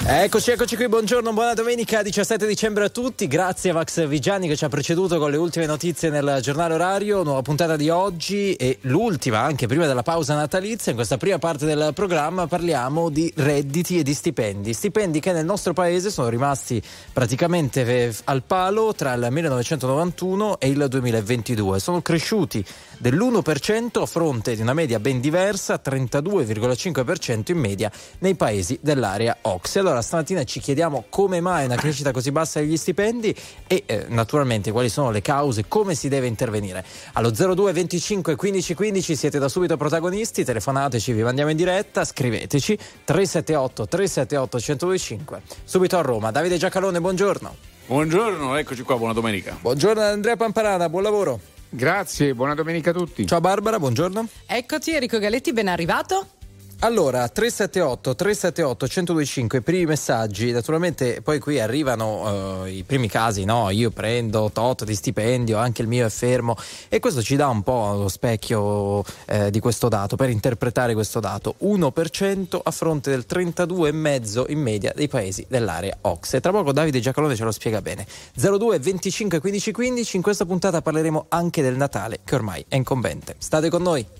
Eccoci qui, buongiorno, buona domenica, 17 dicembre a tutti. Grazie a Max Vigiani che ci ha preceduto con le ultime notizie nel giornale orario. Nuova puntata di oggi e l'ultima anche prima della pausa natalizia. In questa prima parte del programma parliamo di redditi e di stipendi. Stipendi che nel nostro paese sono rimasti praticamente al palo tra il 1991 e il 2022. Sono cresciuti dell'1% a fronte di una media ben diversa, 32,5% in media nei paesi dell'area OCSE. Allora stamattina ci chiediamo come mai una crescita così bassa degli stipendi e naturalmente quali sono le cause, come si deve intervenire. Allo 02 25 15 15 siete da subito protagonisti, telefonateci, vi mandiamo in diretta, scriveteci 378 1025. Subito a Roma, Davide Giacalone, buongiorno. Buongiorno, eccoci qua, buona domenica. Buongiorno Andrea Pamparana, buon lavoro. Grazie, buona domenica a tutti. Ciao Barbara, buongiorno. Eccoti, Enrico Galetti, ben arrivato. Allora, 378 1025, i primi messaggi, naturalmente poi qui arrivano i primi casi, no? Io prendo tot di stipendio, anche il mio è fermo, e questo ci dà un po' lo specchio di questo dato, per interpretare questo dato, 1% a fronte del 32,5% in media dei paesi dell'area OCSE. Tra poco Davide Giacalone ce lo spiega bene. 02 25 15 15, in questa puntata parleremo anche del Natale, che ormai è incombente. State con noi.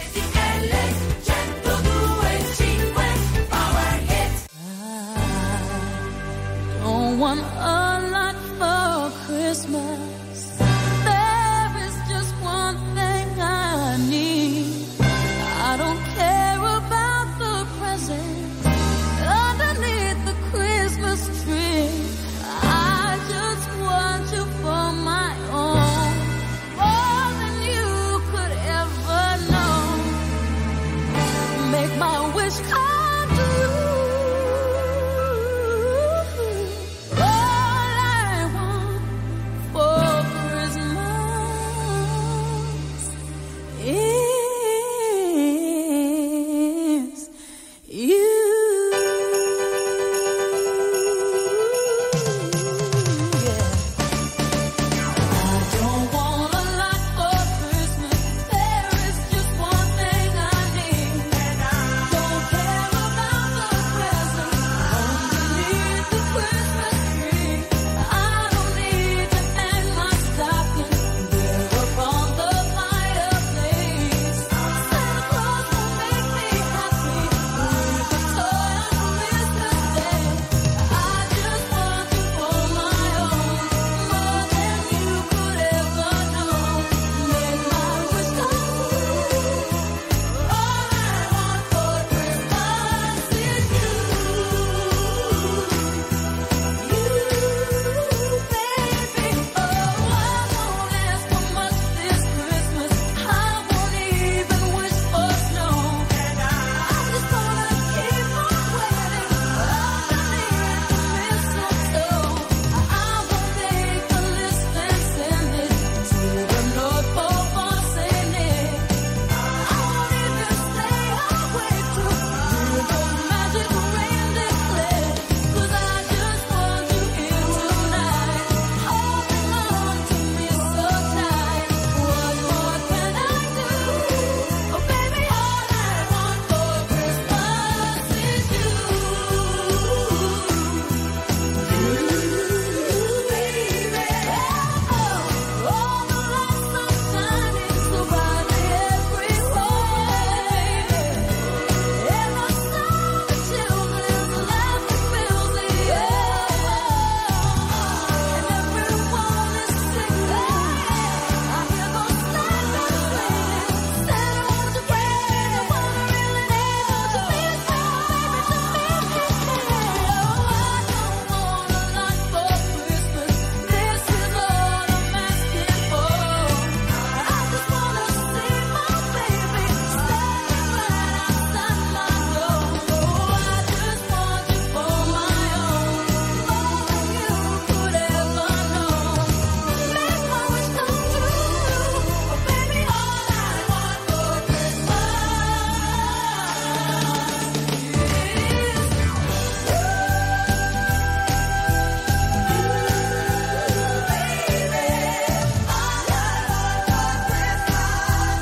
Want a lot for Christmas. There is just one thing I need. I don't care about the presents underneath the Christmas tree. I just want you for my own, more than you could ever know. Make my wish come true.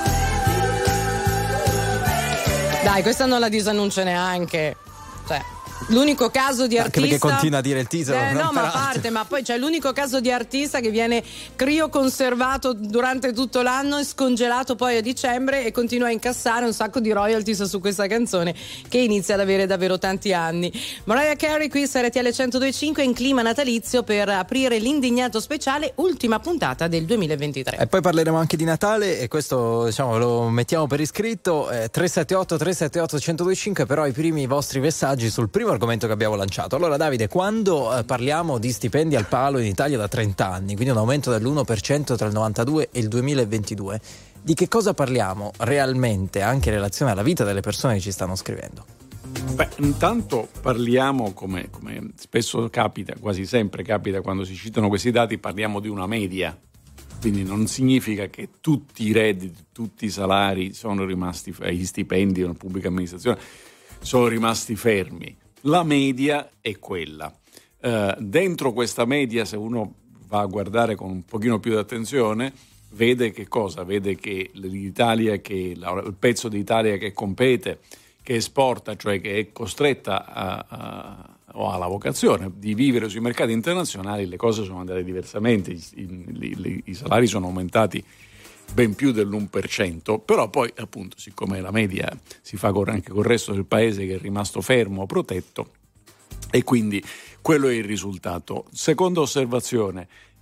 Dai, questa non la disannuncio neanche. Cioè, L'unico caso di Anche artista, perché continua a dire il titolo. no, ma a parte, ma poi c'è l'unico caso di artista che viene crioconservato durante tutto l'anno e scongelato poi a dicembre e continua a incassare un sacco di royalties su questa canzone che inizia ad avere davvero tanti anni. Mariah Carey qui su RTL 102.5 in clima natalizio per aprire l'Indignato speciale, ultima puntata del 2023. E poi parleremo anche di Natale e questo, diciamo, lo mettiamo per iscritto. 378 1025, però i primi vostri messaggi sul primo argomento che abbiamo lanciato. Allora Davide, quando parliamo di stipendi al palo in Italia da 30 anni, quindi un aumento dell'1% tra il 92 e il 2022, di che cosa parliamo realmente anche in relazione alla vita delle persone che ci stanno scrivendo? Beh, intanto parliamo, come spesso capita, quasi sempre capita quando si citano questi dati, parliamo di una media. Quindi non significa che tutti i redditi, tutti i salari sono rimasti, gli stipendi della pubblica amministrazione sono rimasti fermi. La media è quella. Dentro questa media, se uno va a guardare con un pochino più di attenzione, vede che cosa? Vede che l'Italia, il pezzo d'Italia che compete, che esporta, cioè che è costretta o ha la vocazione di vivere sui mercati internazionali, le cose sono andate diversamente. I salari sono aumentati ben più dell'1%, però poi appunto siccome la media si fa anche col resto del paese che è rimasto fermo o protetto, e quindi quello è il risultato. Seconda osservazione,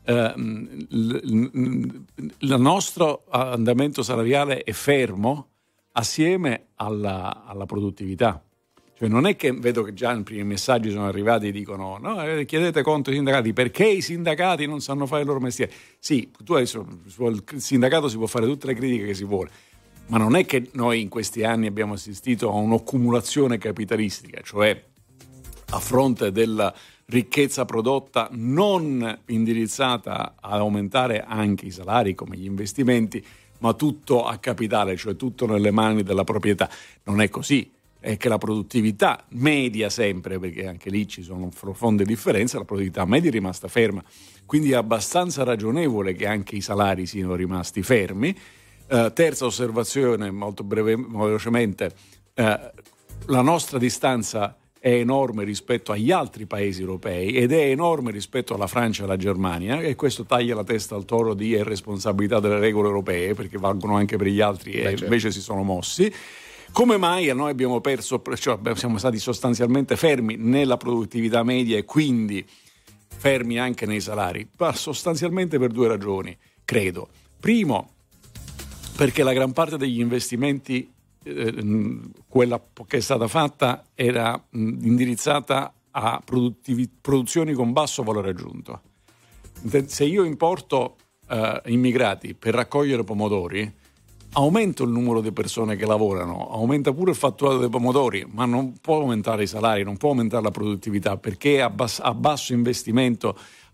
il nostro andamento salariale è fermo assieme alla produttività. Cioè non è che vedo che già i primi messaggi sono arrivati e dicono no, chiedete conto ai sindacati perché i sindacati non sanno fare il loro mestiere. Sì, tu adesso sul sindacato si può fare tutte le critiche che si vuole, ma non è che noi in questi anni abbiamo assistito a un'accumulazione capitalistica, cioè a fronte della ricchezza prodotta non indirizzata ad aumentare anche i salari come gli investimenti, ma tutto a capitale, cioè tutto nelle mani della proprietà. Non è così. È che la produttività media sempre, perché anche lì ci sono profonde differenze, la produttività media è rimasta ferma, quindi è abbastanza ragionevole che anche i salari siano rimasti fermi. Terza osservazione, molto velocemente, la nostra distanza è enorme rispetto agli altri paesi europei ed è enorme rispetto alla Francia e alla Germania, e questo taglia la testa al toro di irresponsabilità delle regole europee, perché valgono anche per gli altri e invece si sono mossi. Come mai noi abbiamo perso, cioè siamo stati sostanzialmente fermi nella produttività media e quindi fermi anche nei salari? Ma sostanzialmente per due ragioni, credo. Primo, perché la gran parte degli investimenti, quella che è stata fatta, era indirizzata a produzioni con basso valore aggiunto. Se io importo immigrati per raccogliere pomodori, aumento il numero di persone che lavorano, aumenta pure il fatturato dei pomodori, ma non può aumentare i salari, non può aumentare la produttività, perché a basso investimento,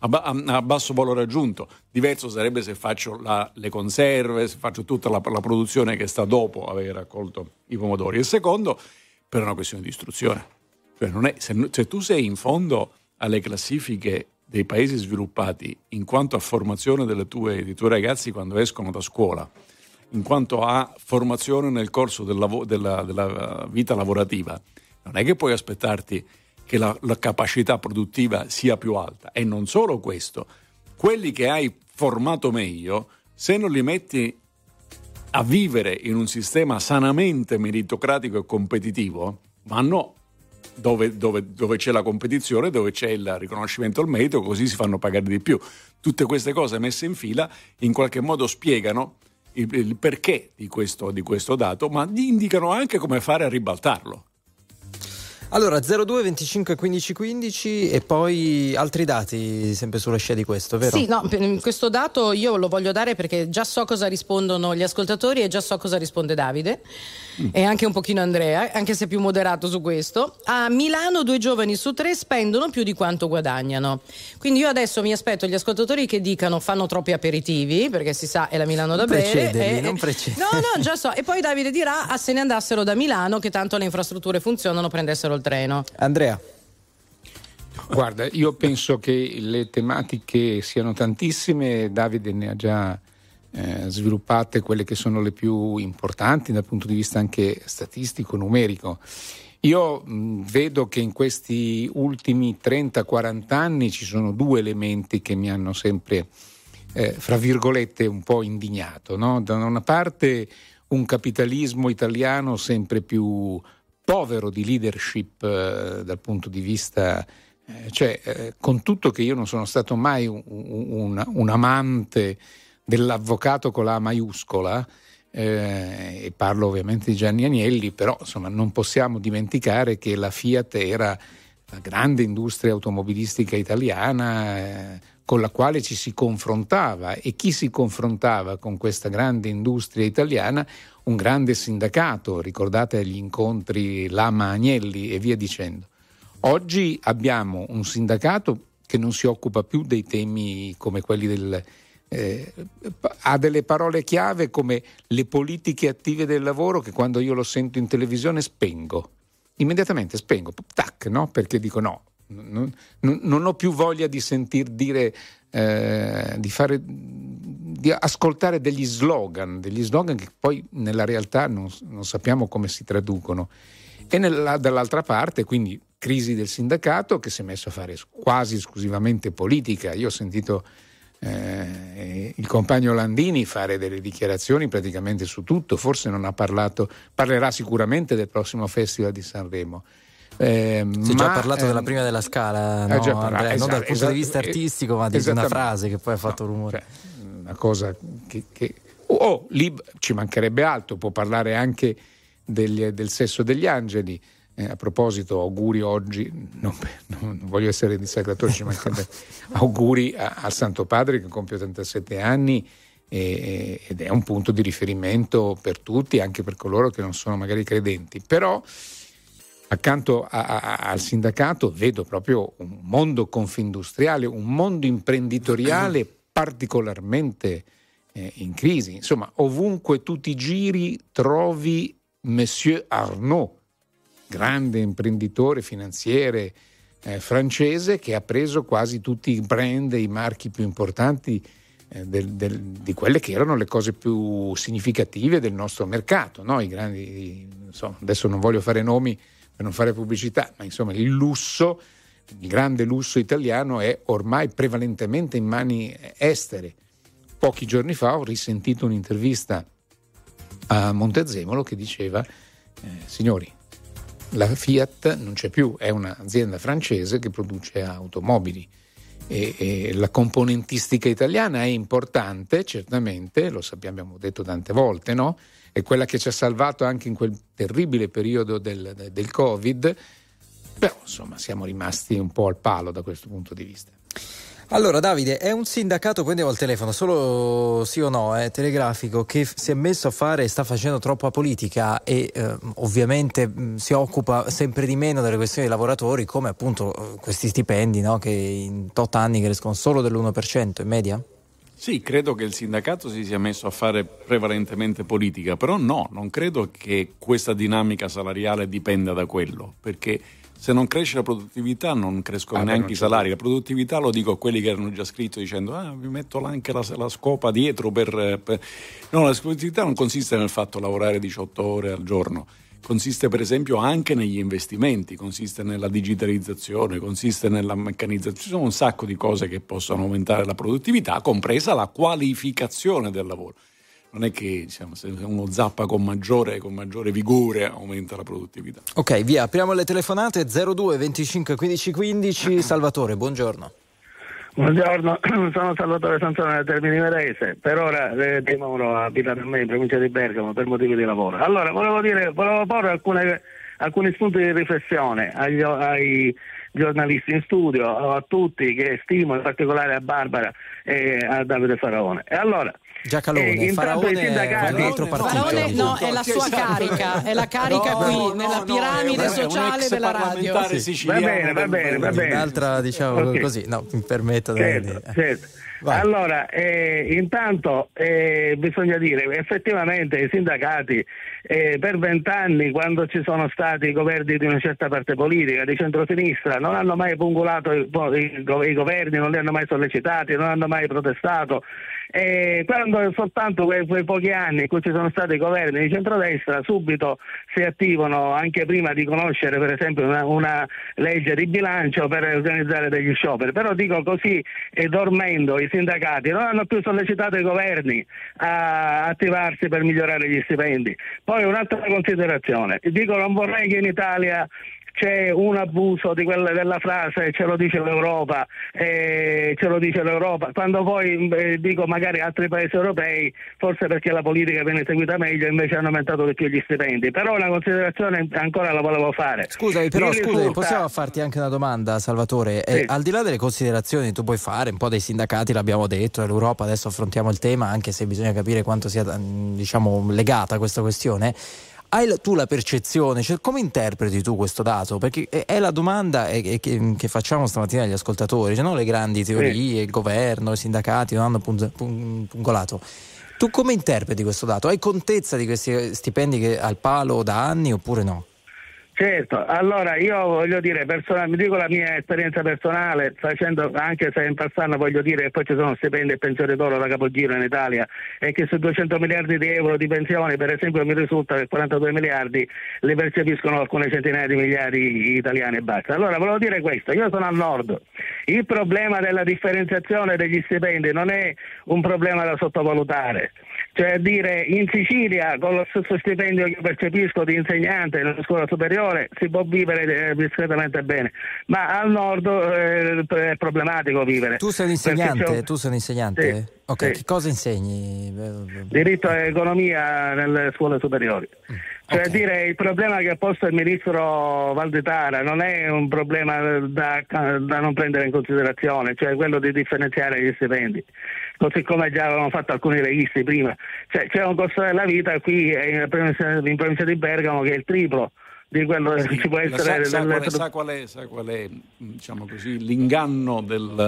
a basso valore aggiunto. Diverso sarebbe se faccio le conserve, se faccio tutta la produzione che sta dopo aver raccolto i pomodori. E secondo, per una questione di istruzione. Cioè non è, se tu sei in fondo alle classifiche dei paesi sviluppati in quanto a formazione dei tuoi ragazzi quando escono da scuola, in quanto a formazione nel corso della vita lavorativa, non è che puoi aspettarti che la capacità produttiva sia più alta. E non solo questo, quelli che hai formato meglio, se non li metti a vivere in un sistema sanamente meritocratico e competitivo, vanno dove c'è la competizione, dove c'è il riconoscimento al merito, così si fanno pagare di più. Tutte queste cose messe in fila in qualche modo spiegano il perché di questo dato, ma indicano anche come fare a ribaltarlo. Allora 02 25 15 15 e poi altri dati sempre sulla scia di questo, vero? Sì, no, questo dato io lo voglio dare perché già so cosa rispondono gli ascoltatori e già so cosa risponde Davide e anche un pochino Andrea, anche se più moderato su questo. A Milano 2 giovani su 3 spendono più di quanto guadagnano, quindi io adesso mi aspetto gli ascoltatori che dicano fanno troppi aperitivi, perché si sa è la Milano da bere, non no già so, e poi Davide dirà se ne andassero da Milano, che tanto le infrastrutture funzionano, prendessero il treno. Andrea? Guarda, io penso che le tematiche siano tantissime, Davide ne ha già sviluppate quelle che sono le più importanti dal punto di vista anche statistico, numerico. Io vedo che in questi ultimi 30-40 anni ci sono due elementi che mi hanno sempre, fra virgolette, un po' indignato, no? Da una parte un capitalismo italiano sempre più povero di leadership dal punto di vista, con tutto che io non sono stato mai un amante dell'avvocato con la A maiuscola, e parlo ovviamente di Gianni Agnelli, però insomma non possiamo dimenticare che la Fiat era la grande industria automobilistica italiana con la quale ci si confrontava, e chi si confrontava con questa grande industria italiana? Un grande sindacato, ricordate gli incontri Lama-Agnelli e via dicendo. Oggi abbiamo un sindacato che non si occupa più dei temi come quelli ha delle parole chiave come le politiche attive del lavoro, che quando io lo sento in televisione immediatamente spengo, tac, no? Perché dico no, non ho più voglia di sentir dire, di ascoltare degli slogan che poi nella realtà non sappiamo come si traducono. E dall'altra parte, quindi, crisi del sindacato che si è messo a fare quasi esclusivamente politica. Io ho sentito il compagno Landini fare delle dichiarazioni praticamente su tutto, forse non ha parlerà sicuramente del prossimo Festival di Sanremo. Si è già parlato della prima della Scala, no, Andrea, non dal punto di vista artistico, ma di una frase che poi ha fatto rumore. Una cosa che lì ci mancherebbe altro, può parlare anche del sesso degli angeli. A proposito, auguri oggi, non voglio essere dissacratore, ci mancherebbe, auguri al Santo Padre che compie 87 anni ed è un punto di riferimento per tutti, anche per coloro che non sono magari credenti. Però accanto al sindacato vedo proprio un mondo confindustriale, un mondo imprenditoriale particolarmente in crisi. Insomma, ovunque tu ti giri trovi Monsieur Arnault, grande imprenditore finanziere francese, che ha preso quasi tutti i brand e i marchi più importanti di quelle che erano le cose più significative del nostro mercato, no? I grandi, insomma, adesso non voglio fare nomi per non fare pubblicità, ma insomma il grande lusso italiano è ormai prevalentemente in mani estere. Pochi giorni fa ho risentito un'intervista a Montezemolo che diceva signori, la Fiat non c'è più, è un'azienda francese che produce automobili e la componentistica italiana è importante, certamente, lo sappiamo, abbiamo detto tante volte, no? È quella che ci ha salvato anche in quel terribile periodo del Covid, però insomma siamo rimasti un po' al palo da questo punto di vista. Allora Davide, è un sindacato, poi andiamo al telefono, solo sì o no, telegrafico, che si è messo a fare e sta facendo troppa politica e ovviamente si occupa sempre di meno delle questioni dei lavoratori, come appunto questi stipendi, no, che in tot anni crescono solo dell'1% in media? Sì, credo che il sindacato si sia messo a fare prevalentemente politica, però no, non credo che questa dinamica salariale dipenda da quello, perché se non cresce la produttività non crescono neanche i salari. La produttività, lo dico a quelli che erano già scritto dicendo vi metto anche la scopa dietro No, la produttività non consiste nel fatto lavorare 18 ore al giorno, consiste per esempio anche negli investimenti, consiste nella digitalizzazione, consiste nella meccanizzazione. Ci sono un sacco di cose che possono aumentare la produttività, compresa la qualificazione del lavoro. Non è che se uno zappa con maggiore vigore aumenta la produttività. Ok, via, apriamo le telefonate 02 25 15 15. Salvatore, buongiorno. Buongiorno, sono Salvatore Sansone da Termini Imerese, per ora dimoro a Pilarme in provincia di Bergamo per motivi di lavoro. Allora, volevo porre alcuni spunti di riflessione ai giornalisti in studio, a tutti, che stimo, in particolare a Barbara e a Davide Faraone. E allora, Giacalone, Faraone è un altro partito. Faraone no, è la sua carica, è la carica nella piramide sociale della radio. Va bene. Un'altra, diciamo okay. Così, no, mi permetto. Certo. Allora, intanto bisogna dire effettivamente i sindacati per 20 anni, quando ci sono stati i governi di una certa parte politica, di centrosinistra, non hanno mai pungolato i governi, non li hanno mai sollecitati, non hanno mai protestato Quando soltanto quei pochi anni in cui ci sono stati governi di centrodestra subito si attivano, anche prima di conoscere per esempio una legge di bilancio, per organizzare degli scioperi. Però dico così, dormendo, i sindacati non hanno più sollecitato i governi a attivarsi per migliorare gli stipendi. Poi un'altra considerazione, dico, non vorrei che in Italia c'è un abuso di della frase ce lo dice l'Europa, quando poi dico magari altri paesi europei, forse perché la politica viene seguita meglio, invece hanno aumentato di più gli stipendi. Però una considerazione ancora la volevo fare. Scusami, possiamo farti anche una domanda, Salvatore? Sì. Al di là delle considerazioni che tu puoi fare, un po' dei sindacati l'abbiamo detto, dell'Europa adesso affrontiamo il tema, anche se bisogna capire quanto sia legata questa questione. Hai tu la percezione, cioè come interpreti tu questo dato? Perché è la domanda che facciamo stamattina agli ascoltatori, cioè non le grandi teorie, il governo, i sindacati non hanno pungolato. Tu come interpreti questo dato? Hai contezza di questi stipendi che al palo da anni oppure no? Certo, allora io voglio dire, mi dico la mia esperienza personale, facendo, anche se in passato voglio dire che poi ci sono stipendi e pensioni d'oro da capogiro in Italia, e che su 200 miliardi di euro di pensioni, per esempio, mi risulta che 42 miliardi li percepiscono alcune centinaia di miliardi di italiani e basta. Allora volevo dire questo, io sono al nord, il problema della differenziazione degli stipendi non è un problema da sottovalutare. Cioè, a dire, in Sicilia con lo stesso stipendio che percepisco di insegnante nella scuola superiore si può vivere discretamente bene, ma al nord è problematico vivere. Tu sei un insegnante? Sì, ok, sì. Che cosa insegni? Diritto e economia nelle scuole superiori. Cioè, Ok. dire, il problema che ha posto il ministro Valditara non è un problema da non prendere in considerazione, cioè quello di differenziare gli stipendi, così come già avevano fatto alcuni leghisti prima. Cioè, c'è un costo della vita qui in provincia di Bergamo che è il triplo di quello che ci può essere. Sa qual è, diciamo così, l'inganno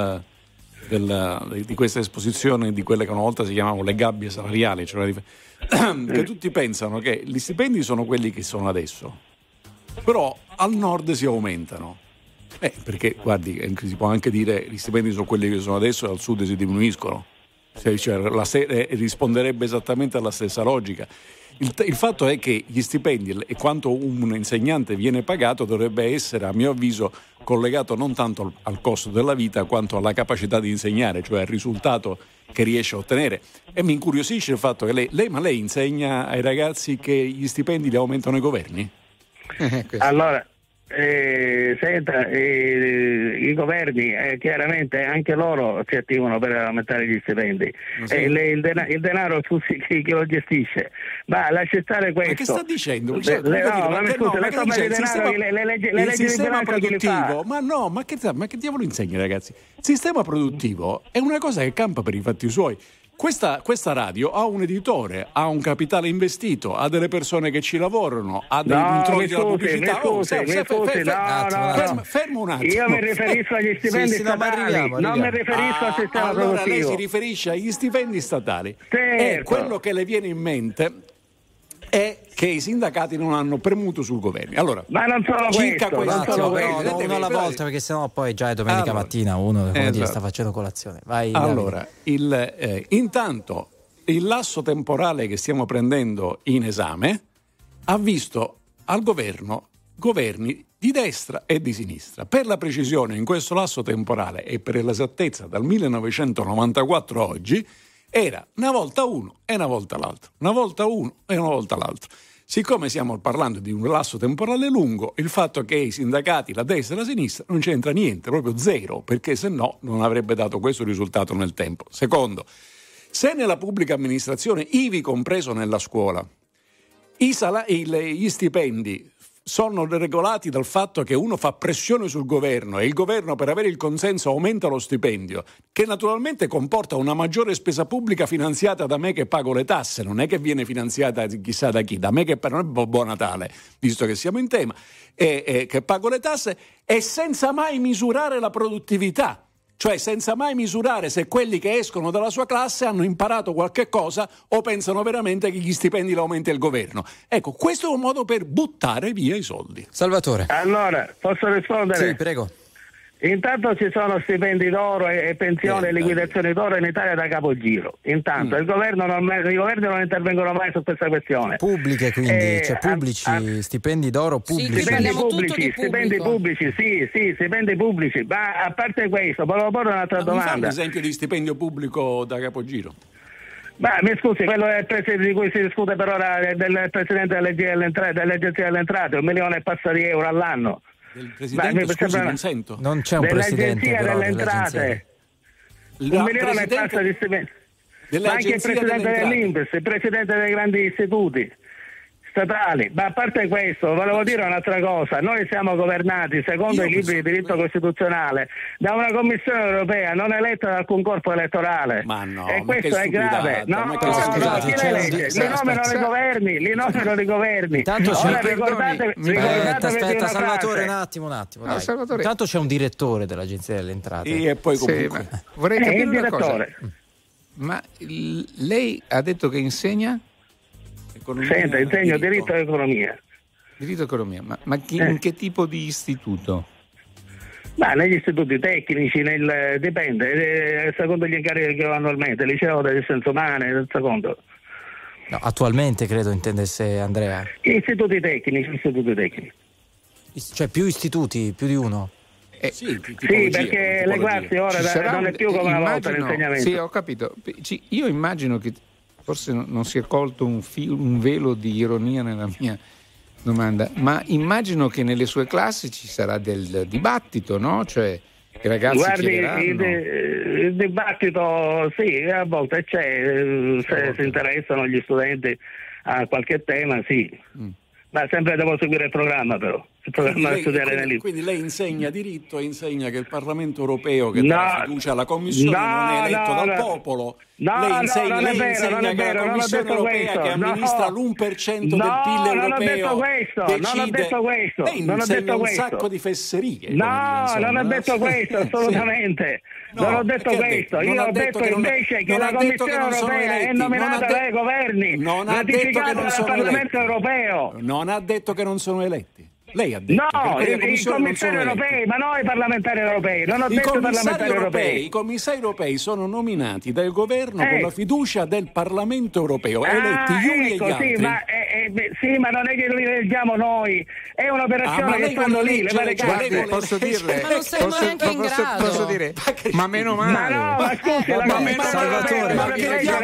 di questa esposizione di quelle che una volta si chiamavano le gabbie salariali, cioè che tutti pensano che gli stipendi sono quelli che sono adesso, però al nord si aumentano. Perché guardi, si può anche dire gli stipendi sono quelli che sono adesso e al sud si diminuiscono. Risponderebbe esattamente alla stessa logica. Il fatto è che gli stipendi e quanto un insegnante viene pagato dovrebbe essere, a mio avviso, collegato non tanto al costo della vita quanto alla capacità di insegnare, cioè al risultato che riesce a ottenere. E mi incuriosisce il fatto che lei insegna ai ragazzi che gli stipendi li aumentano i governi? Allora, senta, i governi chiaramente anche loro si attivano per aumentare gli stipendi, il denaro chi lo gestisce, ma lascia stare questo. Ma che sta dicendo? Le leggi di bilancio chi li fa? Ma che diavolo insegna, ragazzi? Il sistema produttivo è una cosa che campa per i fatti suoi. Questa radio ha un editore, ha un capitale investito, ha delle persone che ci lavorano, ha dei introiti della pubblicità. Fermo un attimo. Io mi riferisco agli stipendi statali, non mi riferisco al sistema produttivo. Allora lei si riferisce agli stipendi statali. Certo. E quello che le viene in mente è che i sindacati non hanno premuto sul governo. Allora, ma non solo circa questo, uno alla volta, perché sennò poi già è domenica mattina uno sta facendo colazione. Vai, allora, intanto il lasso temporale che stiamo prendendo in esame ha visto al governi di destra e di sinistra. Per la precisione, in questo lasso temporale e per l'esattezza dal 1994 a oggi, era una volta uno e una volta l'altro, una volta uno e una volta l'altro. Siccome stiamo parlando di un lasso temporale lungo, il fatto che i sindacati, la destra e la sinistra, non c'entra niente, proprio zero, perché se no non avrebbe dato questo risultato nel tempo. Secondo, se nella pubblica amministrazione, ivi compreso nella scuola, gli stipendi sono regolati dal fatto che uno fa pressione sul governo e il governo, per avere il consenso, aumenta lo stipendio, che naturalmente comporta una maggiore spesa pubblica finanziata da me che pago le tasse, non è che viene finanziata chissà da chi, da me che non è Babbo Natale, visto che siamo in tema, e che pago le tasse, e senza mai misurare la produttività. Cioè senza mai misurare se quelli che escono dalla sua classe hanno imparato qualche cosa o pensano veramente che gli stipendi li aumenta il governo. Ecco, questo è un modo per buttare via i soldi. Salvatore. Allora, posso rispondere? Sì, prego. Intanto ci sono stipendi d'oro e pensioni e liquidazioni d'oro in Italia da capogiro. Intanto i governi non intervengono mai su questa questione. Pubbliche, quindi, cioè pubblici, stipendi d'oro pubblici. Stipendi pubblici, sì, stipendi pubblici. Ma a parte questo, volevo porre un'altra domanda. Un esempio di stipendio pubblico da capogiro. Ma mi scusi, quello è il presidente di cui si discute per ora del presidente dell'Agenzia delle Entrate, 1 milione e passa di euro all'anno. Del presidente, scusi, non sento. Non c'è un presidente dell'Agenzia delle Entrate. 1 milione e passa di stipendi. Ma anche il presidente dell'Inps, il presidente dei grandi istituti statali. Ma a parte questo, volevo dire un'altra cosa: noi siamo governati secondo i libri di diritto costituzionale da una Commissione europea non eletta da alcun corpo elettorale. Ma no, e questo è grave. No, chi le elegge? Li nominano i governi. Intanto ora aspetta, Salvatore, un attimo. Dai. Salvatore. Intanto c'è un direttore dell'Agenzia delle Entrate. E poi comunque. Vorrei capire il una cosa. direttore. Ma lei ha detto che insegna? Senta, insegno diritto e economia. Diritto e economia, ma in che tipo di istituto? Ma negli istituti tecnici, dipende, secondo gli incarichi che ho annualmente, liceo delle scienze umane, secondo. No, attualmente credo intendesse Andrea. Istituti tecnici. Cioè più istituti, più di uno. Sì, perché le classi ora non è più come una volta l'insegnamento. Sì, ho capito. Io immagino che forse non si è colto un velo di ironia nella mia domanda, ma immagino che nelle sue classi ci sarà del dibattito, no? Cioè i ragazzi chiederanno. Il dibattito sì, a volte c'è, se si interessano gli studenti a qualche tema, sì. Ma sempre devo seguire il programma, però. Il programma da studiare nell'Inps. Quindi lei insegna diritto e insegna che il Parlamento europeo, che dà fiducia alla Commissione, non è eletto dal popolo. Lei insegna che la Commissione europea, che amministra l'1% del PIL europeo, decide. Non ho detto questo. Lei insegna un sacco di fesserie. Non ho detto questo, assolutamente. Non ho detto questo. Io ho detto invece che la Commissione europea è nominata dai governi, ratificata dal Parlamento europeo. Non ha detto che non sono eletti. Lei ha detto i commissari europei, ma no i parlamentari europei. Non ho detto parlamentari europei. I commissari europei sono nominati dal governo con la fiducia del Parlamento europeo, eletti gli uni e gli altri. Sì, ma non è che li eleggiamo noi, è un'operazione che fanno lì. Posso dirle? Ma non siamo neanche in grado. Posso dire? Ma meno male. Ma no, ma scusi, Salvatore, la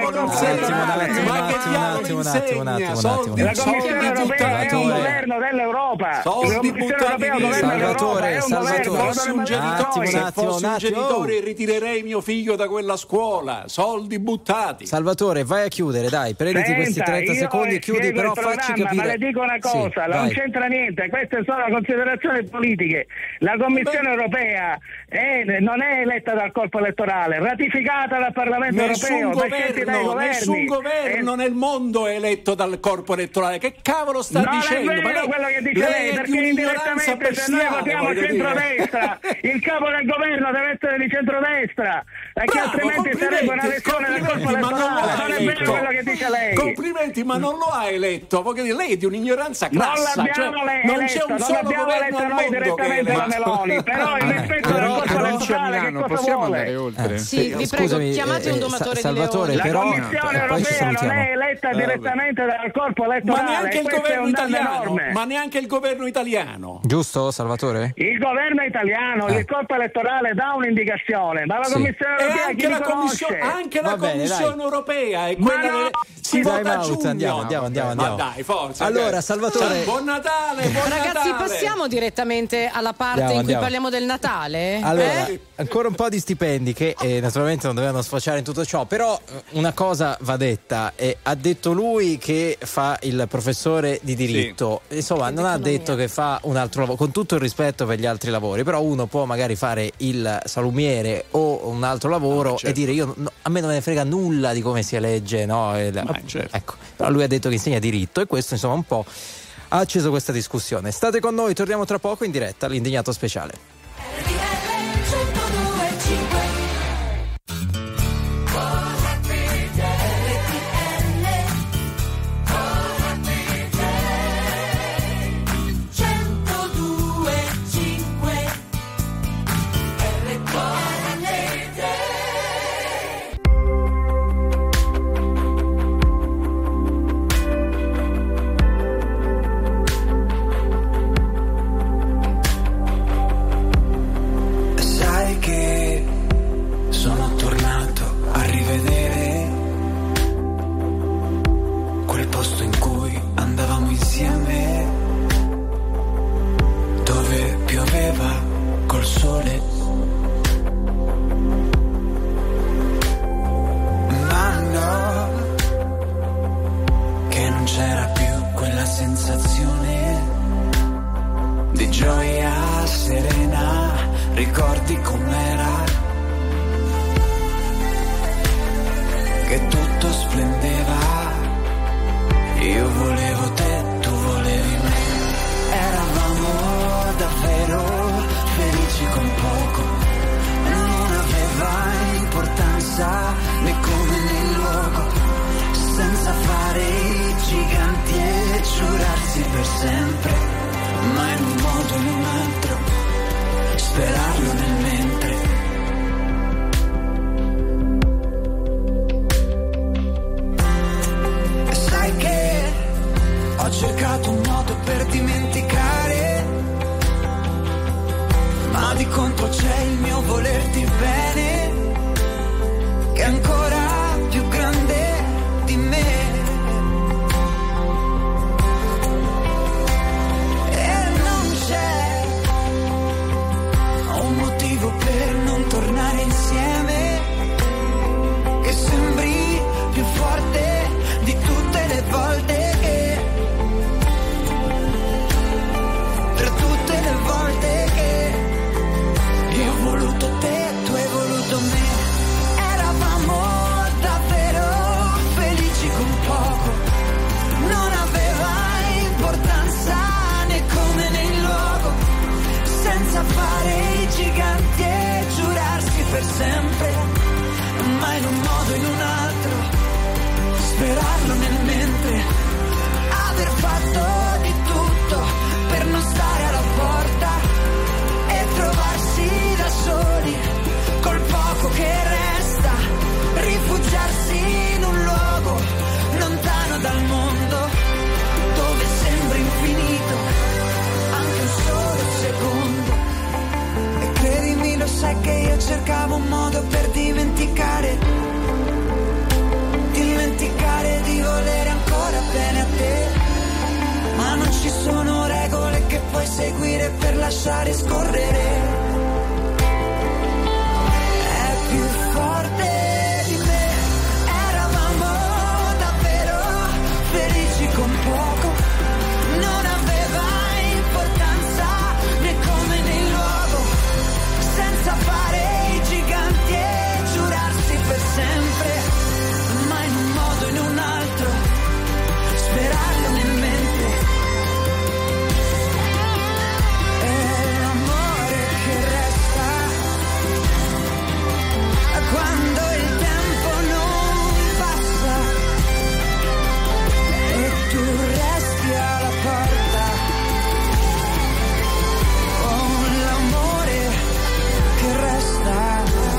Commissione europea è un governo dell'Europa. Salvatore, fossi un genitore ritirerei mio figlio da quella scuola, soldi buttati. Salvatore, vai a chiudere, dai, prenditi questi 30 secondi, chiudi, però facci capire. Ma le dico una cosa, non c'entra niente, queste sono considerazioni politiche. La Commissione europea non è eletta dal corpo elettorale, ratificata dal Parlamento europeo, nessun governo nel mondo è eletto dal corpo elettorale. Che cavolo sta dicendo? Non è vero quello che dice lei, perché indirettamente se noi votiamo centrodestra, il capo del governo deve essere di centrodestra, perché altrimenti sarebbe una lezione del corpo elettorale. Non è vero quello che dice lei. Complimenti, ma non lo ha eletto. Voglio dire, lei è di un'ignoranza crassa. Non c'è un solo governo al mondo che è la Meloni, però il rispetto del corpo elettorale, che cosa vuole? Oltre. Sì, vi prego, chiamate un domatore Salvatore, di leoni. La Commissione europea non è eletta direttamente dal corpo elettorale, ma neanche il governo italiano, ma neanche il governo italiano. Giusto, Salvatore? Il governo italiano, il corpo elettorale dà un'indicazione, ma la Commissione europea anche la Commissione europea è quella si vota a giugno. Andiamo. Ma dai, forza. Allora, Salvatore, buon Natale, Ragazzi, passiamo direttamente alla parte in cui parliamo del Natale? Allora, ancora un po' di stipendi che naturalmente non dovevano sfociare in tutto ciò, però una cosa va detta, ha detto lui che fa il professore di diritto, insomma non ha detto che fa un altro lavoro, con tutto il rispetto per gli altri lavori, però uno può magari fare il salumiere o un altro lavoro e dire a me non me ne frega nulla di come si elegge, no? Certo. Ecco, però lui ha detto che insegna diritto e questo insomma un po' ha acceso questa discussione. State con noi, torniamo tra poco in diretta all'Indignato Speciale. c'era più quella sensazione di gioia serena, ricordi com'era, che tutto splendeva, io volevo te, tu volevi me, eravamo davvero felici con poco, non aveva importanza né come né luogo, senza fare i giganti e giurarsi per sempre, ma in un modo o in un altro, sperarlo nel mentre. E sai che ho cercato un modo per dimenticare, ma di contro c'è il mio volerti bene, che è ancora più grande di me. Per non tornare insieme, che sembri più forte di tutte le volte che, per tutte le volte che io ho voluto te, tu hai voluto me, eravamo davvero felici con poco, non aveva importanza né come né il luogo, senza fare i giganti e giurarsi per sempre, ma in un modo o in un altro, sperarlo nel mentre, aver fatto di tutto per non stare alla porta e trovarsi da soli col poco che resta, rifugiarsi in un luogo lontano dal mondo, dove sembra infinito anche un solo secondo. E credimi, lo sai che io cercavo un modo per dimenticare di volere ancora bene a te, ma non ci sono regole che puoi seguire per lasciare scorrere, è più forte di me, eravamo davvero felici con poco, non aveva importanza né come né luogo, senza fare i giganti e giurarsi per sempre, ma in un modo o in un altro, sperarlo nel mentre, è l'amore che resta quando il tempo non passa e tu resti alla porta, oh l'amore che resta.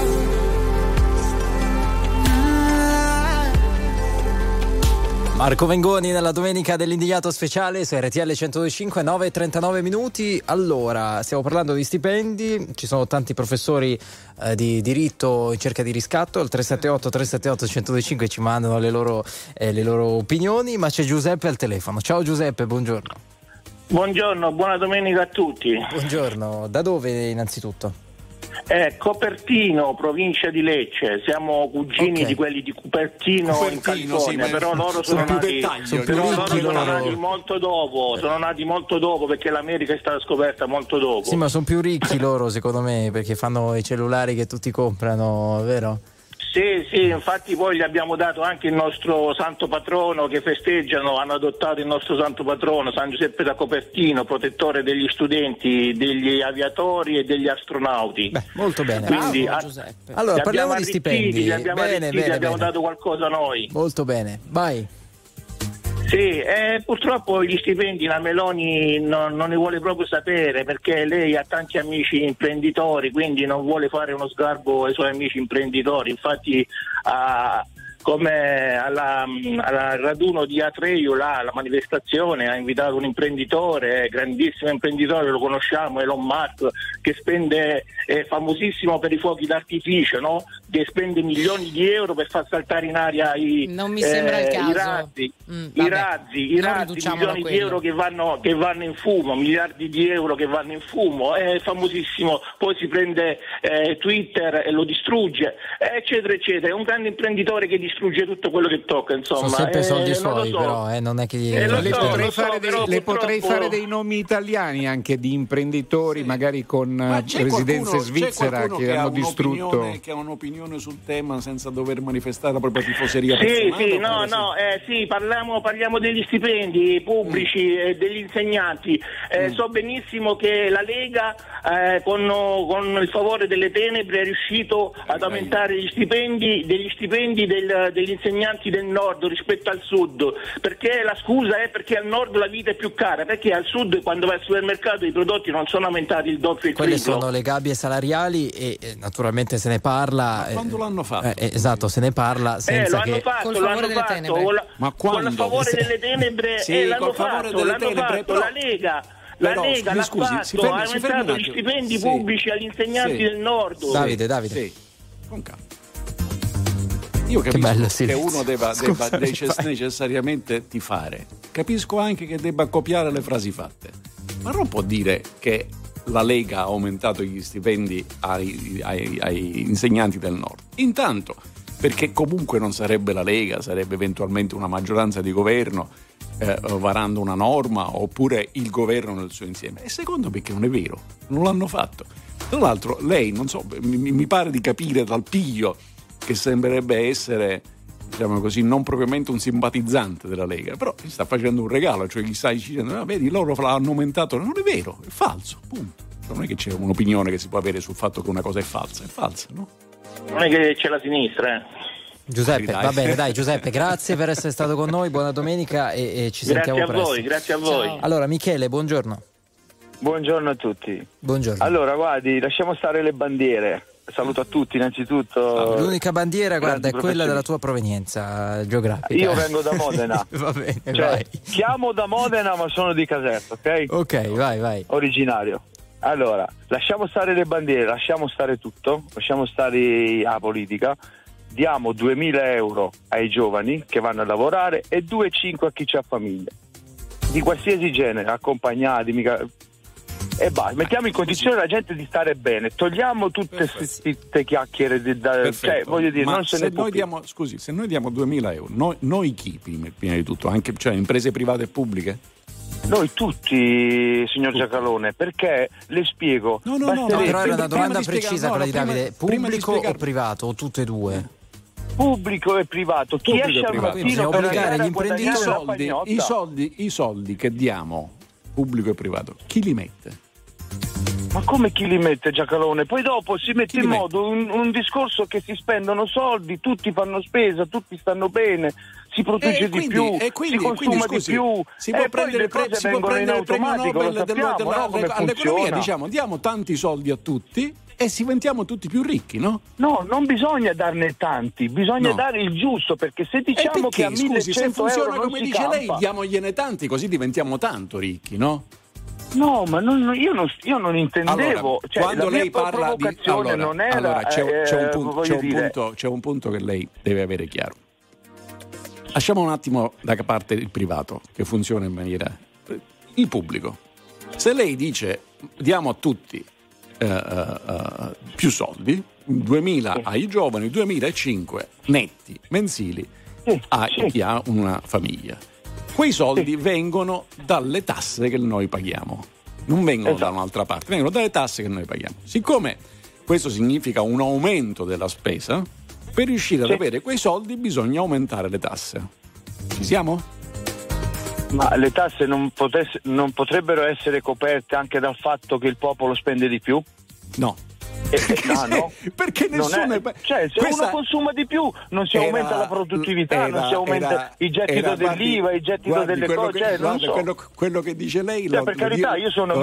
Marco Mengoni nella domenica dell'Indignato Speciale su RTL 102.5, 9:39 minuti. Allora, stiamo parlando di stipendi, ci sono tanti professori di diritto in cerca di riscatto, il 378-378-1025 ci mandano le loro opinioni, ma c'è Giuseppe al telefono. Ciao Giuseppe, buongiorno. Buongiorno, buona domenica a tutti. Buongiorno, da dove innanzitutto? Copertino, provincia di Lecce, siamo cugini di quelli di Cupertino in California, sì, però loro sono nati molto dopo, perché l'America è stata scoperta molto dopo. Sì, ma sono più ricchi loro secondo me, perché fanno i cellulari che tutti comprano, vero? Sì, infatti poi gli abbiamo dato anche il nostro santo patrono che festeggiano, hanno adottato il nostro santo patrono, San Giuseppe da Copertino, protettore degli studenti, degli aviatori e degli astronauti. Beh, molto bene. Quindi, Giuseppe. Allora, parliamo di stipendi. Gli abbiamo dato qualcosa noi. Molto bene, vai. Sì, purtroppo gli stipendi la Meloni non ne vuole proprio sapere, perché lei ha tanti amici imprenditori, quindi non vuole fare uno sgarbo ai suoi amici imprenditori. Infatti come alla raduno di Atreio, la manifestazione, ha invitato un imprenditore, grandissimo imprenditore, lo conosciamo, Elon Musk, che spende, è famosissimo per i fuochi d'artificio, no? Che spende milioni di euro per far saltare in aria i razzi, milioni di euro che vanno in fumo, miliardi di euro che vanno in fumo, è famosissimo. Poi si prende Twitter e lo distrugge, eccetera eccetera. È un grande imprenditore che distrugge tutto quello che tocca, insomma. Sono sempre soldi suoi, so. però non è che Le potrei fare dei nomi italiani anche di imprenditori, magari con residenze svizzera che hanno distrutto. Che ha un'opinione sul tema senza dover manifestare la propria tifoseria Sì, parliamo degli stipendi pubblici e degli insegnanti. So benissimo che la Lega con il favore delle tenebre è riuscito ad aumentare degli stipendi degli insegnanti del nord rispetto al sud, perché la scusa è perché al nord la vita è più cara, perché al sud quando vai al supermercato i prodotti non sono aumentati il doppio e il quelle triplo. sono le gabbie salariali e naturalmente se ne parla. Ma quando l'hanno fatto? Esatto, se ne parla senza l'hanno che fatto, col favore delle tenebre. Con il favore delle tenebre l'hanno fatto la Lega. La Lega l'ha fatto, ha aumentato gli stipendi pubblici agli insegnanti del nord. Davide. Sì, con calma. Io capisco che uno debba necessariamente tifare. Capisco anche che debba copiare le frasi fatte. Ma non può dire che la Lega ha aumentato gli stipendi ai insegnanti del nord. Intanto, perché comunque non sarebbe la Lega, sarebbe eventualmente una maggioranza di governo varando una norma, oppure il governo nel suo insieme. E secondo, perché non è vero, non l'hanno fatto. Tra l'altro lei, non so, mi pare di capire dal piglio che sembrerebbe essere, diciamo così, non propriamente un simpatizzante della Lega, però gli sta facendo un regalo, cioè gli sta dicendo no, vedi, loro l'hanno aumentato. Non è vero, è falso, punto. Non è che c'è un'opinione che si può avere sul fatto che una cosa è falsa, no? Non è che c'è la sinistra, Giuseppe, va bene, dai Giuseppe, grazie per essere stato con noi, buona domenica e ci sentiamo presto. Grazie a voi. Ciao. Allora Michele, buongiorno. Buongiorno a tutti. Buongiorno. Allora, guardi, lasciamo stare le bandiere. Saluto a tutti innanzitutto. L'unica bandiera, guarda, è quella della tua provenienza geografica. Io vengo da Modena. Va bene, vai. Chiamo da Modena, ma sono di Caserta, ok? Ok, vai. Originario. Allora, lasciamo stare le bandiere, lasciamo stare tutto, lasciamo stare la politica. Diamo 2.000 euro ai giovani che vanno a lavorare e 2,5 a chi c'ha famiglia. Di qualsiasi genere, accompagnati, mica... E basta, mettiamo in condizione la gente di stare bene, togliamo tutte queste chiacchiere cioè, voglio dire, ma non se ne può più. Se noi diamo 2.000 euro, noi chi prima di tutto? Anche, cioè imprese private e pubbliche? Noi tutti, signor Giacalone, perché le spiego. No, però era una domanda precisa quella di Davide. Pubblico o privato o tutte e due? Pubblico e privato. Chi esce al mattino per andare a guadagnare i soldi che diamo, pubblico e privato, chi li mette? Ma come chi li mette, Giacalone? Poi dopo si mette in modo un discorso che si spendono soldi, tutti fanno spesa, tutti stanno bene, si protegge di più, si consuma di più. Si può prendere il premio Nobel all'economia, diciamo, diamo tanti soldi a tutti e diventiamo tutti più ricchi, no? No, non bisogna darne tanti, bisogna dare il giusto, perché se diciamo che a 1.100 se funziona euro come non dice si lei, campa. diamogliene tanti, così diventiamo tanto ricchi, no? No, ma io non intendevo. Allora, cioè, quando la lei mia parla di non era. c'è un punto che lei deve avere chiaro. Lasciamo un attimo da parte il privato, che funziona in maniera. Il pubblico. Se lei dice diamo a tutti più soldi, 2.000 ai giovani, 2.500 netti mensili a chi ha una famiglia. Quei soldi vengono dalle tasse che noi paghiamo, non vengono da un'altra parte, vengono dalle tasse che noi paghiamo. Siccome questo significa un aumento della spesa, per riuscire ad avere quei soldi bisogna aumentare le tasse. Ci siamo? Ma le tasse non potrebbero essere coperte anche dal fatto che il popolo spende di più? No. No. Perché nessuno cioè se uno consuma di più non si aumenta la produttività, non si aumenta il gettito dell'IVA, il gettito delle cose, quello che dice lei, per carità, io sono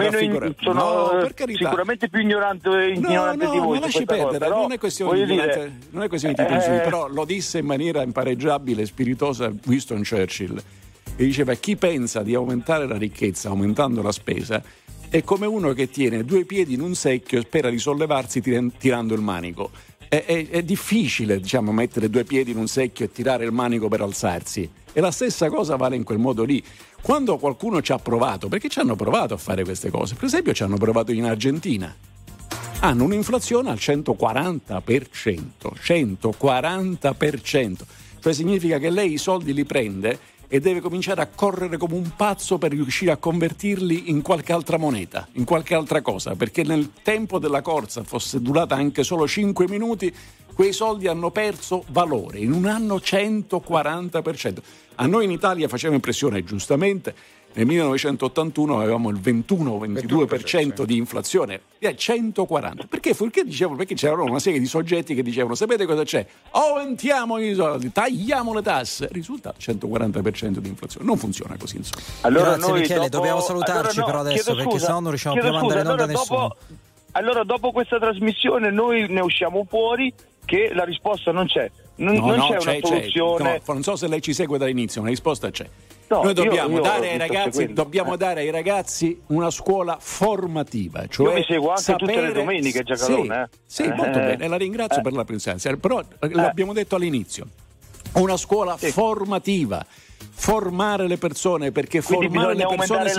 sicuramente più ignorante di voi, ma lasci perdere, però, non è questione di principi, però lo disse in maniera impareggiabile e spiritosa Winston Churchill, e diceva: chi pensa di aumentare la ricchezza aumentando la spesa è come uno che tiene 2 piedi in un secchio e spera di sollevarsi tirando il manico. È difficile, diciamo, mettere 2 piedi in un secchio e tirare il manico per alzarsi. E la stessa cosa vale in quel modo lì. Quando qualcuno ci ha provato, perché ci hanno provato a fare queste cose, per esempio ci hanno provato in Argentina, hanno un'inflazione al 140%. Cioè significa che lei i soldi li prende e deve cominciare a correre come un pazzo per riuscire a convertirli in qualche altra moneta, in qualche altra cosa, perché nel tempo della corsa, fosse durata anche solo 5 minuti, quei soldi hanno perso valore, in un anno 140%. A noi in Italia faceva impressione, giustamente, nel 1981 avevamo il 21-22% di inflazione, 140. Perché dicevano? Perché c'erano una serie di soggetti che dicevano: sapete cosa c'è? Aumentiamo i soldi, tagliamo le tasse. Risultato 140% di inflazione. Non funziona così, insomma. Allora, grazie Michele, dobbiamo salutarci però adesso, perché sennò non riusciamo più a mandare in onda nessuno. Allora dopo questa trasmissione noi ne usciamo fuori che la risposta non c'è. Non c'è una soluzione. No, non so se lei ci segue dall'inizio, ma la risposta c'è. No, noi dobbiamo dare ai ragazzi una scuola formativa. Cioè io mi seguo anche tutte le domeniche, Giacalone. Sì, molto bene, la ringrazio per la presenza. Però l'abbiamo detto all'inizio, una scuola formativa. Formare le persone, perché quindi formare le persone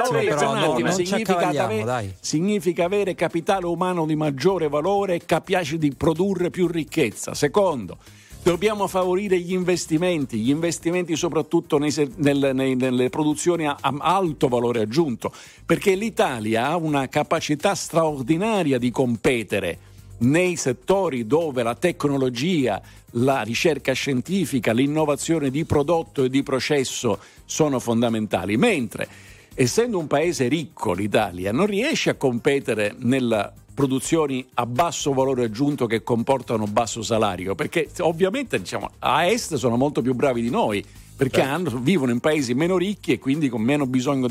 significa avere capitale umano di maggiore valore e capace di produrre più ricchezza. Secondo, dobbiamo favorire gli investimenti soprattutto nelle produzioni a alto valore aggiunto, perché l'Italia ha una capacità straordinaria di competere nei settori dove la tecnologia, la ricerca scientifica, l'innovazione di prodotto e di processo sono fondamentali, mentre essendo un paese ricco l'Italia non riesce a competere nelle produzioni a basso valore aggiunto che comportano basso salario, perché ovviamente a est sono molto più bravi di noi, perché vivono in paesi meno ricchi e quindi con meno bisogno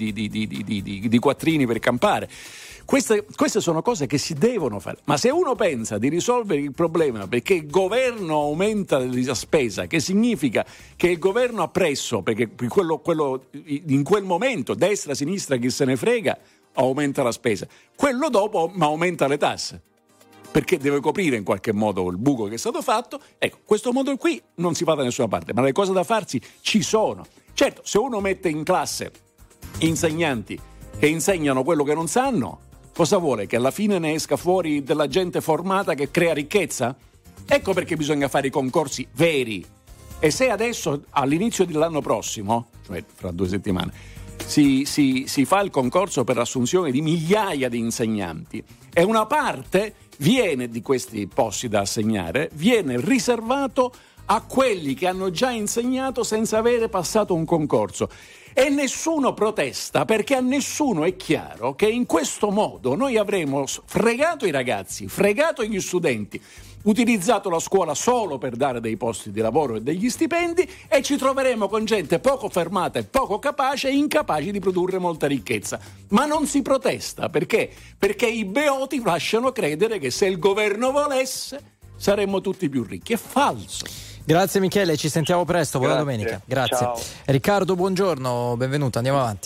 di quattrini per campare. Queste sono cose che si devono fare, ma se uno pensa di risolvere il problema perché il governo aumenta la spesa, che significa che il governo ha presso, perché quello in quel momento, destra, sinistra, chi se ne frega, aumenta la spesa, quello dopo aumenta le tasse, perché deve coprire in qualche modo il buco che è stato fatto. Ecco, questo modo qui non si va da nessuna parte, ma le cose da farsi ci sono. Certo, se uno mette in classe insegnanti che insegnano quello che non sanno, cosa vuole? Che alla fine ne esca fuori della gente formata che crea ricchezza? Ecco perché bisogna fare i concorsi veri. E se adesso, all'inizio dell'anno prossimo, cioè fra 2 settimane, si fa il concorso per l'assunzione di migliaia di insegnanti e una parte di questi posti da assegnare viene riservato a quelli che hanno già insegnato senza avere passato un concorso. E nessuno protesta, perché a nessuno è chiaro che in questo modo noi avremo fregato i ragazzi, fregato gli studenti, utilizzato la scuola solo per dare dei posti di lavoro e degli stipendi, e ci troveremo con gente poco fermata e poco capace e incapaci di produrre molta ricchezza. Ma non si protesta, perché? Perché i beoti lasciano credere che se il governo volesse saremmo tutti più ricchi. È falso. Grazie Michele, ci sentiamo presto, buona domenica. Grazie. Ciao. Riccardo, buongiorno, benvenuto, andiamo avanti.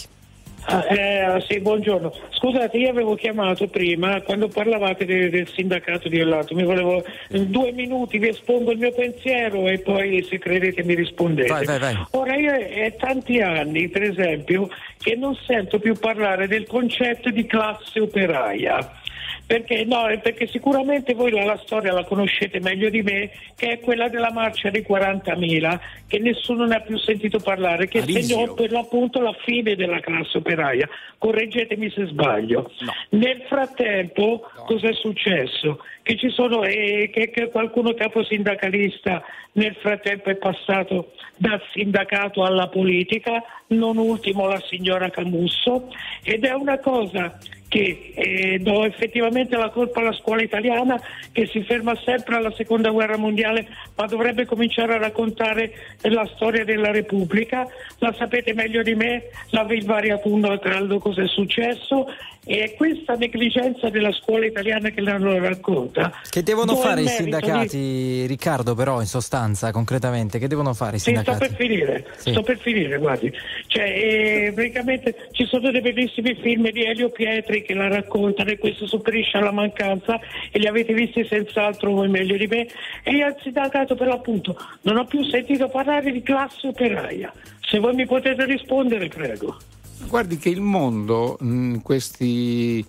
Sì, buongiorno. Scusate, io avevo chiamato prima quando parlavate del sindacato di Olato. Mi volevo 2 minuti, vi espongo il mio pensiero e poi se credete mi rispondete. Vai. Ora io è tanti anni, per esempio, che non sento più parlare del concetto di classe operaia. Perché sicuramente voi la storia la conoscete meglio di me, che è quella della marcia dei 40.000, che nessuno ne ha più sentito parlare, che segnò per l'appunto la fine della classe operaia. Correggetemi se sbaglio. No. Nel frattempo cos'è successo? Che ci sono che qualcuno caposindacalista nel frattempo è passato dal sindacato alla politica, non ultimo la signora Camusso, ed è una cosa che do effettivamente la colpa alla scuola italiana, che si ferma sempre alla seconda guerra mondiale, ma dovrebbe cominciare a raccontare la storia della Repubblica. La sapete meglio di me, la Vilvariacundo Caldo cosa è successo, e è questa negligenza della scuola italiana che la racconta. Che devono fare i sindacati, Riccardo, però in sostanza, concretamente, che devono fare i sindacati? Sto per finire, guardi. Praticamente ci sono dei bellissimi film di Elio Pietri che la raccontano, e questo sopperisce alla mancanza, e li avete visti senz'altro voi meglio di me. E io al sindacato, per l'appunto, non ho più sentito parlare di classe operaia. Se voi mi potete rispondere, prego. Guardi che il mondo in questi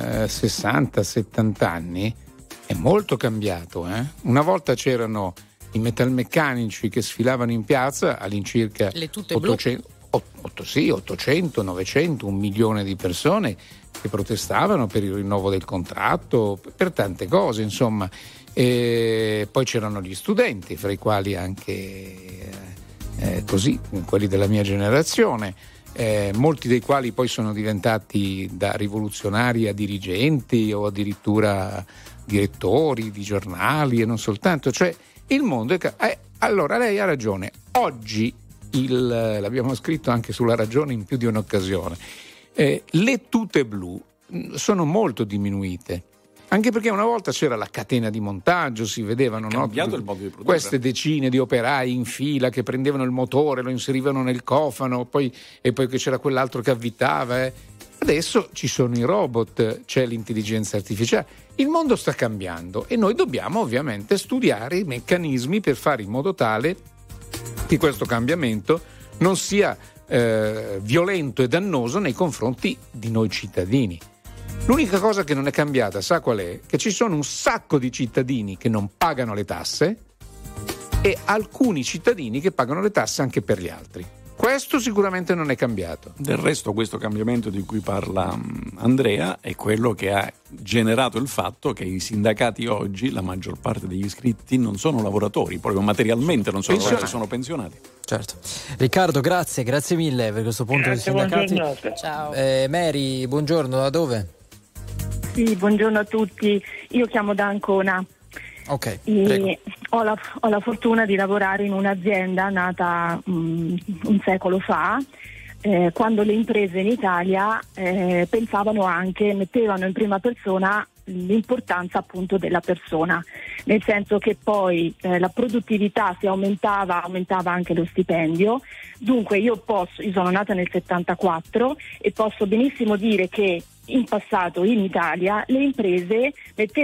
60-70 anni è molto cambiato. Una volta c'erano i metalmeccanici che sfilavano in piazza, all'incirca le tute 800, 900, 1 milione di persone che protestavano per il rinnovo del contratto, per tante cose, insomma. E poi c'erano gli studenti, fra i quali anche così, quelli della mia generazione, molti dei quali poi sono diventati da rivoluzionari a dirigenti o addirittura direttori di giornali, e non soltanto. Cioè il mondo allora lei ha ragione, oggi l'abbiamo scritto anche sulla Ragione in più di un'occasione, le tute blu sono molto diminuite, anche perché una volta c'era la catena di montaggio, si vedevano, no, il modo di produrre, queste decine di operai in fila che prendevano il motore, lo inserivano nel cofano, e poi che c'era quell'altro che avvitava. Adesso ci sono i robot, c'è l'intelligenza artificiale, il mondo sta cambiando e noi dobbiamo ovviamente studiare i meccanismi per fare in modo tale che questo cambiamento non sia violento e dannoso nei confronti di noi cittadini. L'unica cosa che non è cambiata, sa qual è? Che ci sono un sacco di cittadini che non pagano le tasse e alcuni cittadini che pagano le tasse anche per gli altri. Questo sicuramente non è cambiato. Del resto questo cambiamento di cui parla Andrea è quello che ha generato il fatto che i sindacati oggi, la maggior parte degli iscritti, non sono lavoratori, proprio materialmente non sono lavoratori, sono pensionati. Certo. Riccardo, grazie mille per questo punto Grazie, di sindacati. buongiorno. Ciao. Mary, buongiorno, da dove? Sì, buongiorno a tutti, io chiamo da Ancona. Ok, e ho la fortuna di lavorare in un'azienda nata un secolo fa, quando le imprese in Italia pensavano anche, mettevano in prima persona l'importanza appunto della persona, nel senso che poi la produttività si aumentava anche lo stipendio. Dunque io sono nata nel 74 e posso benissimo dire che in passato in Italia le imprese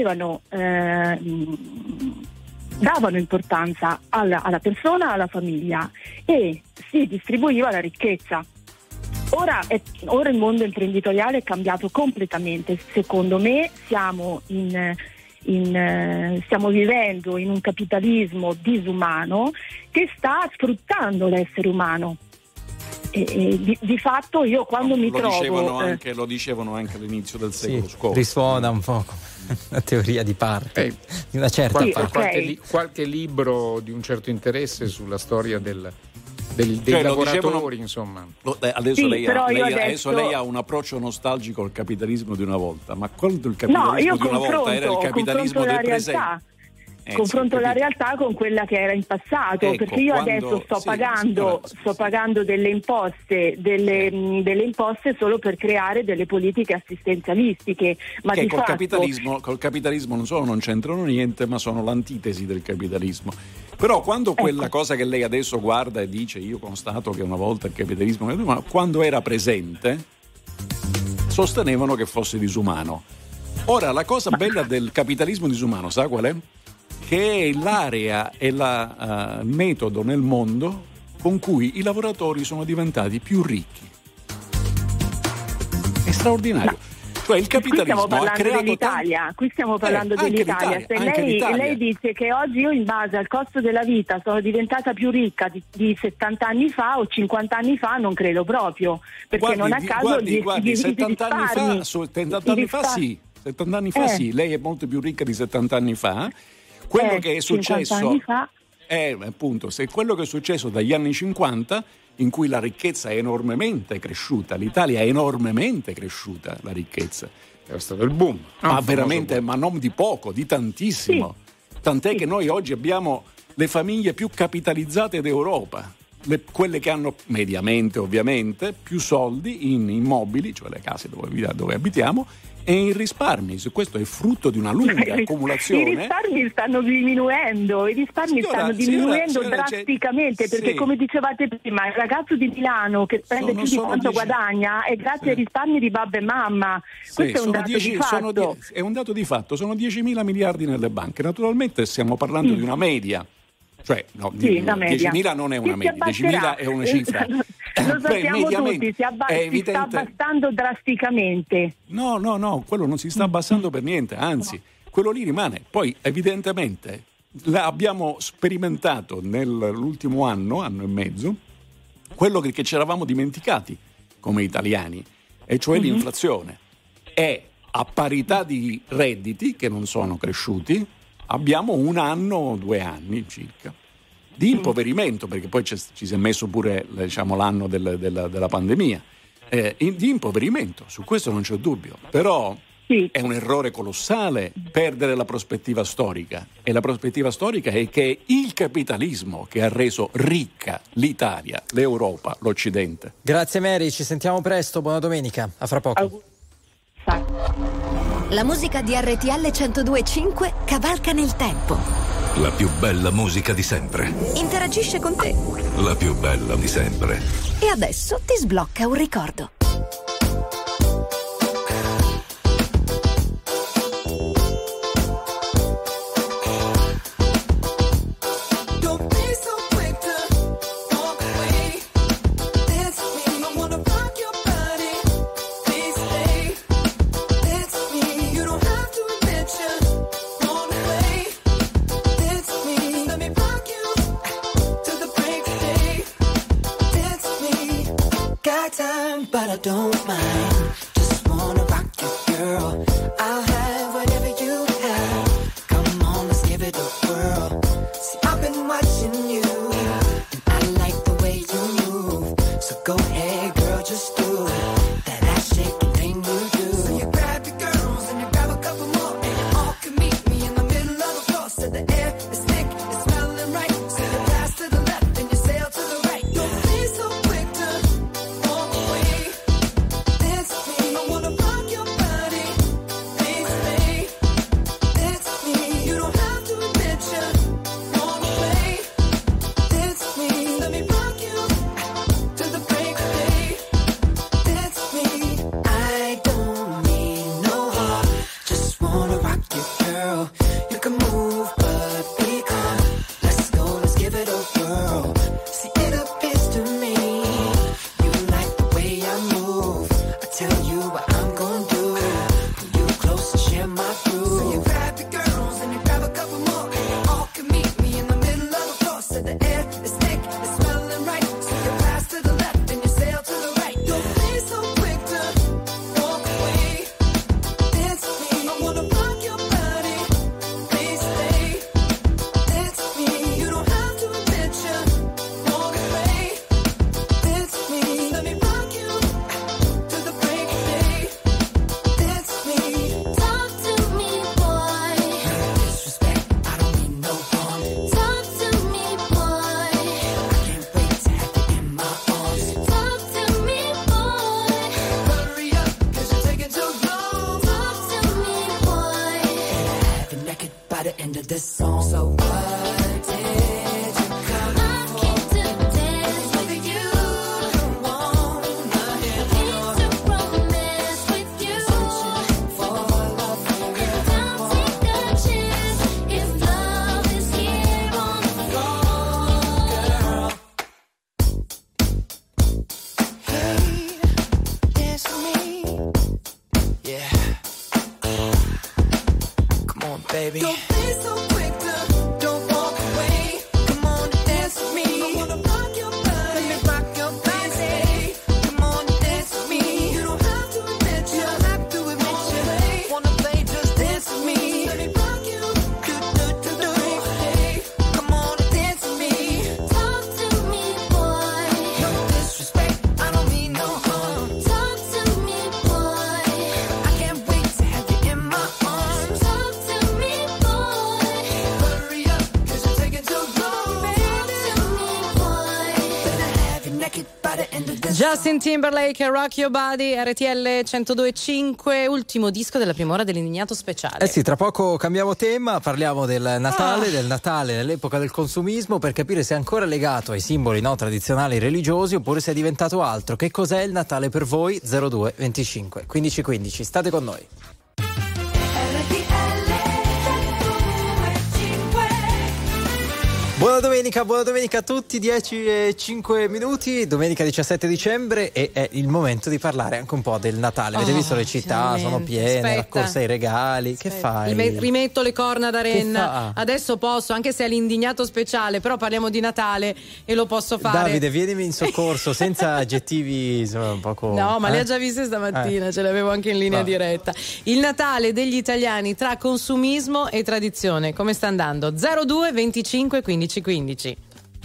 davano importanza alla persona, alla famiglia, e si distribuiva la ricchezza. Ora il mondo imprenditoriale è cambiato completamente. Secondo me stiamo vivendo in un capitalismo disumano che sta sfruttando l'essere umano. Di fatto io quando mi trovo lo dicevano anche all'inizio del secolo scorso. Risuona un po' come una teoria di parte di una certa parte. Qualche libro di un certo interesse sulla storia dei lavoratori, insomma. Adesso lei ha un approccio nostalgico al capitalismo di una volta, ma quello del capitalismo di una volta era il capitalismo del presente. Confronto la realtà con quella che era in passato, perché io adesso sto pagando delle imposte solo per creare delle politiche assistenzialistiche, ma che di col fatto capitalismo non solo non c'entrano niente, ma sono l'antitesi del capitalismo. Però quando quella cosa che lei adesso guarda e dice io constato che una volta il capitalismo, ma quando era presente sostenevano che fosse disumano. Ora la cosa bella del capitalismo disumano, sa qual è? Che è l'area e il metodo nel mondo con cui i lavoratori sono diventati più ricchi. È straordinario. Cioè il capitalismo qui stiamo parlando dell'Italia. Se lei dice che oggi io in base al costo della vita sono diventata più ricca di 70 anni fa o 50 anni fa, non credo proprio, perché non a caso 70 anni fa sì, lei è molto più ricca di 70 anni fa. Quello che è successo appunto, se quello che è successo dagli anni 50, in cui la ricchezza è enormemente cresciuta, l'Italia è enormemente cresciuta, la ricchezza. È stato il boom. Ma veramente, ma non di poco, di tantissimo. Sì. Tant'è che noi oggi abbiamo le famiglie più capitalizzate d'Europa, quelle che hanno mediamente ovviamente più soldi in immobili, cioè le case dove abitiamo, e in risparmi. Questo è frutto di una lunga accumulazione. I risparmi stanno diminuendo, drasticamente, perché come dicevate prima, il ragazzo di Milano che spende più di quanto guadagna è grazie ai risparmi di babbo e mamma. Questo è un dato di fatto. È un dato di fatto, sono 10.000 miliardi nelle banche. Naturalmente stiamo parlando di una media. Cioè, no, 10.000 non è una media, 10.000 è una cifra. Lo sappiamo tutti, si sta abbassando drasticamente. No, quello non si sta abbassando per niente, anzi, quello lì rimane. Poi, evidentemente, abbiamo sperimentato nell'ultimo anno e mezzo, quello che ci eravamo dimenticati come italiani, e cioè l'inflazione. E a parità di redditi che non sono cresciuti, abbiamo 1 anno, 2 anni circa di impoverimento, perché poi ci si è messo pure, diciamo, l'anno della pandemia, di impoverimento, su questo non c'è dubbio, però è un errore colossale perdere la prospettiva storica, e la prospettiva storica è che è il capitalismo che ha reso ricca l'Italia, l'Europa, l'Occidente. Grazie Mary, ci sentiamo presto, buona domenica, a fra poco. La musica di RTL 102.5 cavalca nel tempo. La più bella musica di sempre. Interagisce con te. La più bella di sempre. E adesso ti sblocca un ricordo. But I don't mind, just wanna rock you, girl. I'll have whatever you have. Come on, let's give it a whirl. See, I've been watching you, and I like the way you move. So go ahead, girl, just do that ass shaking thing you do. So you grab your girls and you grab a couple more, and you all can meet me in the middle of the floor. So the air is thick, it's smelling right. So you pass to the left and you sail to the right. Don't be so quick to walk away. I wanna rock your body, please stay. That's me. You don't have to admit you wanna play. That's me. Let me rock you to the break of day. That's me. I don't need no heart, just wanna rock you, girl. You can move, but be calm. Let's go, let's give it a whirl. See, it appears to me you like the way I move. Tell you what I'm gonna do. Pull you close and share my groove. So you grab your girls and you grab a couple more, and you all can meet me in the middle of the floor. So the air is thick, it's smelling right. So you pass to the left and you sail to the right. Don't be so quick to walk away. Dance with me. I wanna rock your body, please stay. Dance with me. You don't have to admit you wanna play. Dance with me. Let me rock you to the break of day. That's me. Talk to me, boy. Disrespect, I don't mean no harm. Talk to me, boy. I can't wait to have you in my arms. Talk to me, boy. Hurry up, 'cause you're taking too long. Talk to me, boy. Have you naked by the end of this song. So what did you come I came to dance with you. wanna hear? Came to romance with you. For love, Don't take a chance if love is here on the floor. hey, dance with me. Yeah. Come on, baby. Don't be so quick to don't walk away. Come on, dance with me. I wanna rock your body. Let me rock your body. Come on, dance with me. You don't have to admit you. Don't have to admit you. Wanna play, just dance with me. Let me rock you. Do. Hey, come on, dance with me. Talk to me, boy. No disrespect, I don't mean no harm. Talk to me, boy. I can't wait to have you in my arms. Talk to me, boy. Hurry up, 'cause you're taking too long. Talk to me, boy. Better have you naked by the end of this. Justin Timberlake, Rock Your Body, RTL 102.5, ultimo disco della prima ora dell'Indignato Speciale. Eh sì, tra poco cambiamo tema, parliamo del Natale nell'epoca del consumismo, per capire se è ancora legato ai simboli tradizionali religiosi oppure se è diventato altro. Che cos'è il Natale per voi? 02 25 15 15, state con noi. Buona Buona domenica a tutti, 10:05, domenica 17 dicembre e è il momento di parlare anche un po' del Natale. Avete visto le città, sono piene, la corsa ai regali, che fai? Rimetto le corna da renna, adesso posso, anche se è l'indignato speciale, però parliamo di Natale e lo posso fare. Davide, vienimi in soccorso, senza aggettivi, insomma, un poco... No, ma le ha già viste stamattina, ce l'avevo anche in linea diretta. Il Natale degli italiani tra consumismo e tradizione, come sta andando? 02 25 15 15.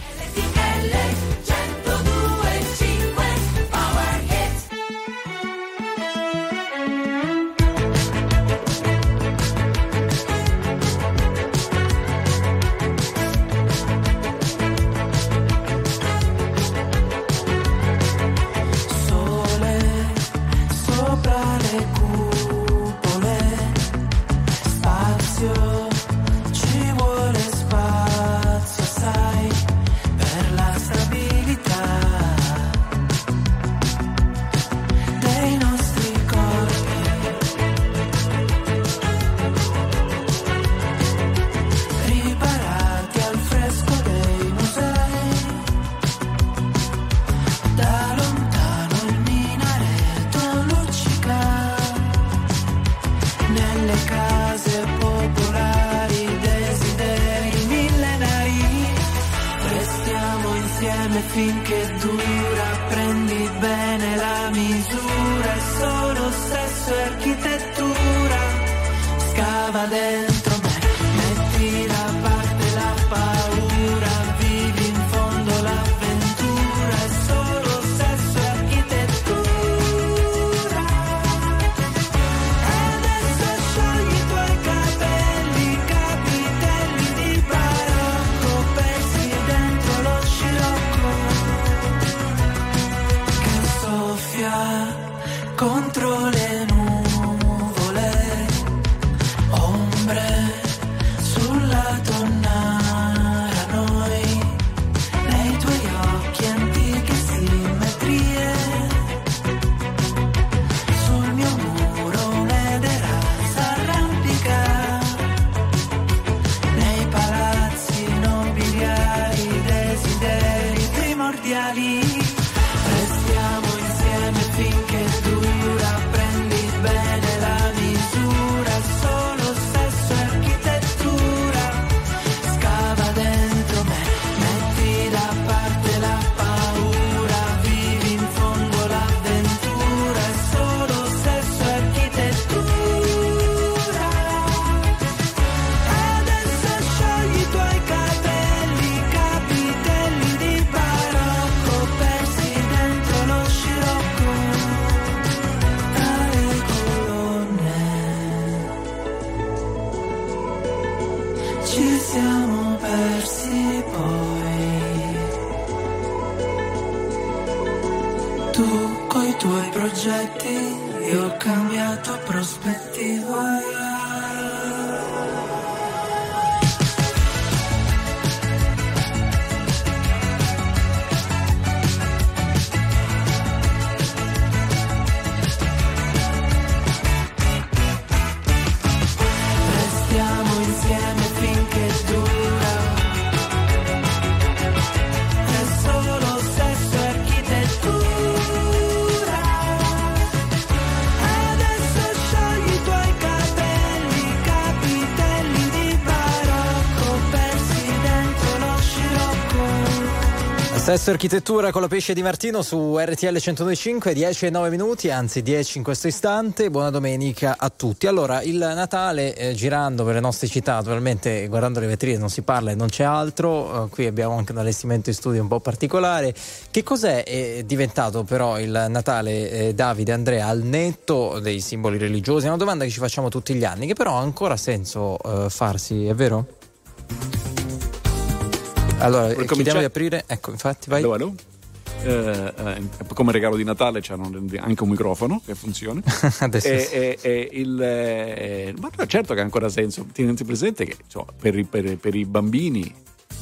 Finché dura, prendi bene la misura, è solo sesso e architettura, scava dentro me, metti da parte la paura, vivi in fondo l'avventura, è solo sesso e architettura. Adesso sciogli i tuoi capelli, capitelli di barocco, persi dentro lo scirocco contro le nuvole, ombre sulla tonnara, noi nei tuoi occhi antiche simmetrie, sul mio muro un'edera s'arrampica, nei palazzi nobiliari desideri primordiali. Restiamo insieme finché dura, prendi bene la misura, solo sesso e architettura, scava dentro me, metti da parte la paura, vivi in fondo l'avventura, è solo sesso e architettura. Adesso sciogli i tuoi capelli, capitelli di barocco, persi dentro lo scirocco, tra le colonne. Ci siamo persi poi, tu coi tuoi progetti, io ho cambiato prospettiva. Restiamo insieme finché dura, è solo sesso e architettura. Adesso sciogli i tuoi capelli, capitelli di barocco, persi dentro lo scirocco. Sesso e architettura con la Pesce di Martino su RTL 102.5, 10:09, anzi 10 in questo istante. Buona domenica a tutti. Allora, il Natale, girando per le nostre città, naturalmente guardando le vetrine non si parla e non c'è altro. Qui abbiamo anche un allestimento in studio un po' particolare. Che cos'è diventato però il Natale, Davide, Andrea, al netto dei simboli religiosi? È una domanda che ci facciamo tutti gli anni, che però ha ancora senso farsi, è vero? Allora, chiediamo di aprire. Ecco, infatti, vai. Allora, come regalo di Natale c'hanno anche un microfono che funziona. Adesso ma certo che ha ancora senso. Tenete presente che per i bambini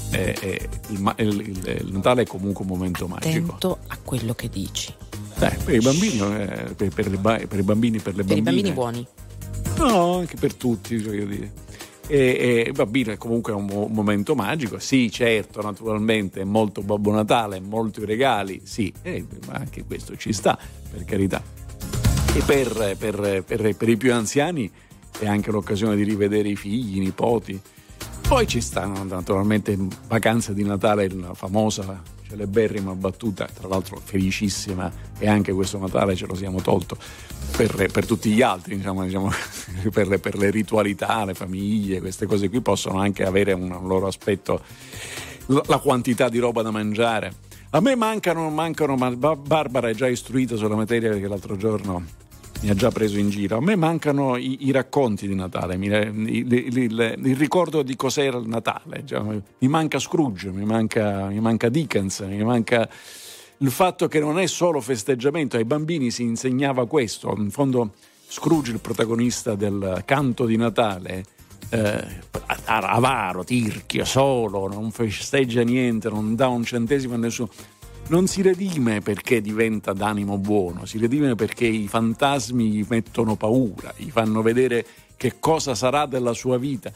il Natale è comunque un momento magico. Attento a quello che dici. Per i bambini, per i bambini, per le bambine. Per i bambini buoni. No, anche per tutti, voglio dire. E il bambino è comunque un momento magico, sì, certo, naturalmente è molto Babbo Natale, molto i regali, sì, ma anche questo ci sta, per carità. E per i più anziani è anche l'occasione di rivedere i figli, i nipoti. Poi ci stanno naturalmente vacanze di Natale, la famosa celeberrima battuta, tra l'altro felicissima, e anche questo Natale ce lo siamo tolto per tutti gli altri, diciamo per le ritualità, le famiglie, queste cose qui possono anche avere un loro aspetto, la quantità di roba da mangiare. A me mancano, ma Barbara è già istruita sulla materia perché l'altro giorno mi ha già preso in giro. A me mancano i racconti di Natale, il ricordo di cos'era il Natale. Mi manca Scrooge, mi manca Dickens, mi manca il fatto che non è solo festeggiamento. Ai bambini si insegnava questo. In fondo Scrooge, il protagonista del canto di Natale, avaro, tirchio, solo, non festeggia niente, non dà un centesimo a nessuno. Non si redime perché diventa d'animo buono, si redime perché i fantasmi gli mettono paura, gli fanno vedere che cosa sarà della sua vita.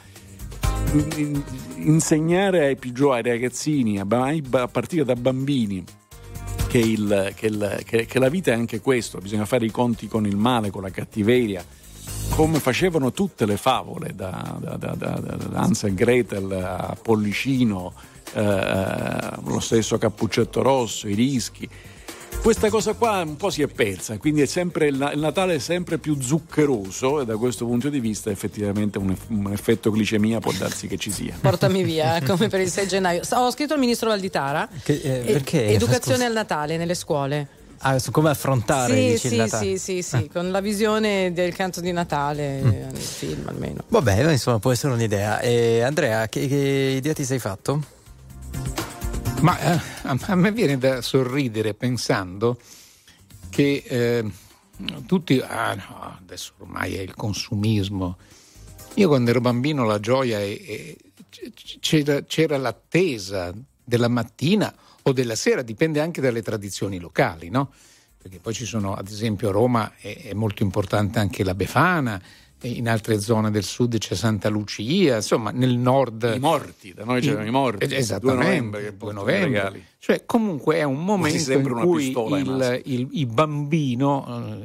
Insegnare ai ragazzini, a partire da bambini, che la vita è anche questo, bisogna fare i conti con il male, con la cattiveria, come facevano tutte le favole, da Hansel e Gretel a Pollicino, lo stesso Cappuccetto Rosso, i rischi. Questa cosa qua un po' si è persa, quindi è sempre il Natale è sempre più zuccheroso, e da questo punto di vista effettivamente un effetto glicemia può darsi che ci sia. Portami via, come per il 6 gennaio. Ho scritto al ministro Valditara, perché? Educazione al Natale nelle scuole. Su come affrontare il Natale. Sì, con la visione del canto di Natale nel film almeno. Vabbè, insomma, può essere un'idea. Andrea, che idea ti sei fatto? Ma a me viene da sorridere pensando che tutti no, adesso ormai è il consumismo. Io quando ero bambino la gioia c'era l'attesa della mattina o della sera, dipende anche dalle tradizioni locali, no? Perché poi ci sono, ad esempio a Roma è molto importante anche la Befana, in altre zone del sud c'è Santa Lucia, insomma nel nord i morti, da noi c'erano i morti, esattamente, 2 novembre. Cioè comunque è un momento in cui il bambino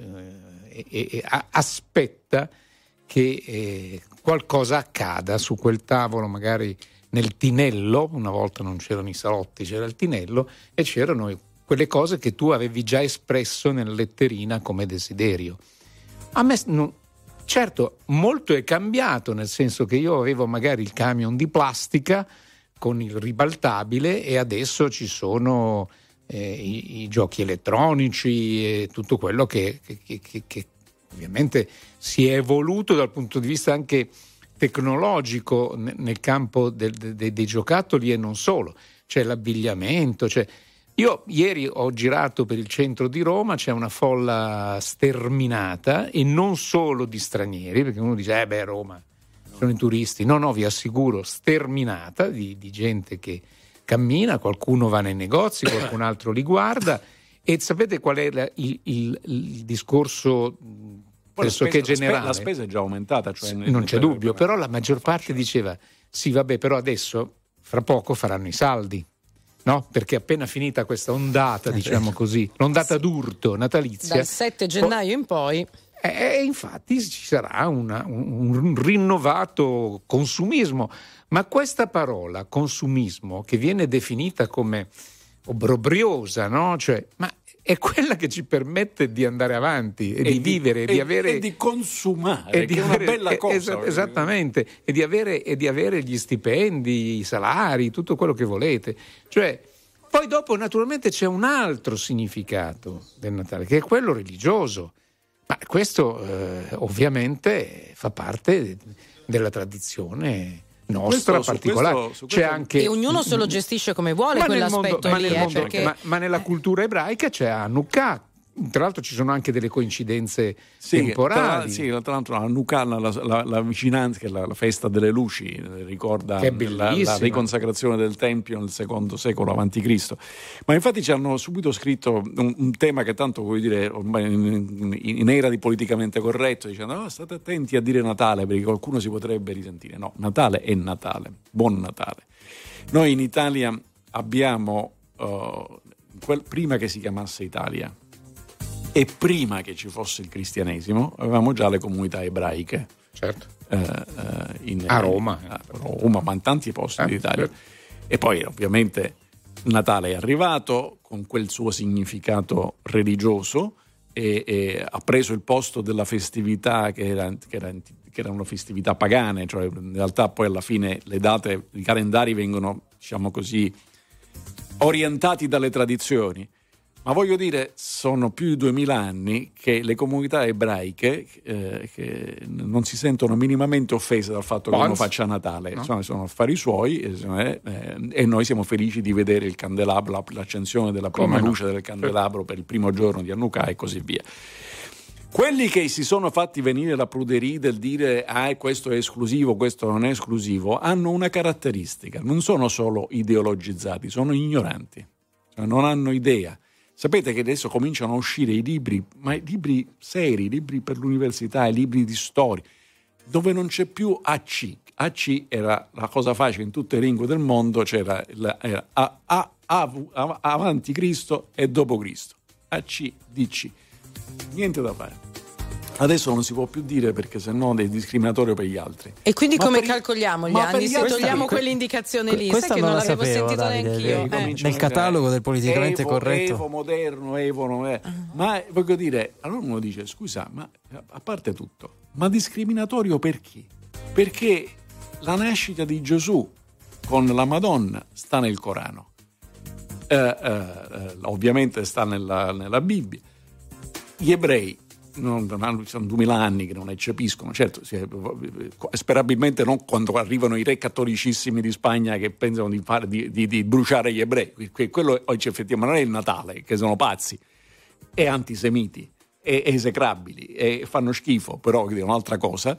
aspetta che qualcosa accada su quel tavolo, magari nel tinello. Una volta non c'erano i salotti, c'era il tinello e c'erano quelle cose che tu avevi già espresso nella letterina come desiderio. A me certo, molto è cambiato, nel senso che io avevo magari il camion di plastica con il ribaltabile e adesso ci sono i giochi elettronici e tutto quello che ovviamente si è evoluto dal punto di vista anche tecnologico nel campo dei giocattoli e non solo. C'è l'abbigliamento, Io ieri ho girato per il centro di Roma, c'è una folla sterminata e non solo di stranieri, perché uno dice Roma, sono i turisti. No, vi assicuro, sterminata di gente che cammina, qualcuno va nei negozi, qualcun altro li guarda. E sapete qual è il discorso pressoché generale? La spesa è già aumentata. Non c'è dubbio, però la maggior parte diceva sì, vabbè, però adesso fra poco faranno i saldi. No? Perché appena finita questa ondata, diciamo così, l'ondata d'urto natalizia, dal 7 gennaio in poi, infatti ci sarà un rinnovato consumismo. Ma questa parola consumismo, che viene definita come obbrobriosa, no? Ma è quella che ci permette di andare avanti e di vivere, di avere, e di consumare, che è una bella cosa. Esattamente, e di avere gli stipendi, i salari, tutto quello che volete. Poi dopo naturalmente c'è un altro significato del Natale, che è quello religioso. Ma questo ovviamente fa parte della tradizione nostra particolare. C'è anche, e ognuno se lo gestisce come vuole quell'aspetto lì. Ma nella cultura ebraica c'è Hanukkah, tra l'altro ci sono anche delle coincidenze Sì, temporali. tra l'altro la Hanukkah, la vicinanza, che è la festa delle luci, ricorda Che è la bellissima. riconsacrazione del Tempio nel secondo secolo a.C. Ma infatti ci hanno subito scritto un tema che tanto, vuol dire, ormai in era di politicamente corretto, dicendo state attenti a dire Natale perché qualcuno si potrebbe risentire. No, Natale è Natale, buon Natale. Noi in Italia abbiamo, prima che si chiamasse Italia e prima che ci fosse il cristianesimo, avevamo già le comunità ebraiche. Certo. A Roma, ma in tanti posti d'Italia. Certo. E poi ovviamente Natale è arrivato con quel suo significato religioso e ha preso il posto della festività che erano festività pagane, cioè in realtà poi alla fine le date, i calendari vengono, diciamo così, orientati dalle tradizioni. Ma voglio dire, sono più di 2000 anni che le comunità ebraiche che non si sentono minimamente offese dal fatto che uno faccia Natale. No? Sono affari suoi e noi siamo felici di vedere il candelabro, l'accensione della prima luce del candelabro per il primo giorno di Hanukkah e così via. Quelli che si sono fatti venire la pruderie del dire questo è esclusivo, questo non è esclusivo, hanno una caratteristica: non sono solo ideologizzati, sono ignoranti, cioè non hanno idea. Sapete che adesso cominciano a uscire i libri, ma i libri seri, libri per l'università, i libri di storia, dove non c'è più AC. AC era la cosa facile in tutte le lingue del mondo, c'era avanti Cristo e dopo Cristo. AC, DC. Niente da fare. Adesso non si può più dire perché sennò è discriminatorio per gli altri. E quindi come calcoliamo gli anni? Se togliamo quell'indicazione lì, sai che non l'avevo sentito neanch'io. Nel catalogo del politicamente corretto. Evo moderno, ma voglio dire, allora uno dice, scusa, ma a parte tutto, ma discriminatorio per chi? Perché la nascita di Gesù con la Madonna sta nel Corano, ovviamente sta nella Bibbia. Gli ebrei sono 2000 anni che non eccepiscono, certo, sperabilmente non quando arrivano i re cattolicissimi di Spagna che pensano di bruciare gli ebrei. Quello oggi effettivamente non è il Natale, che sono pazzi, è antisemiti, è esecrabili, e fanno schifo, però è un'altra cosa.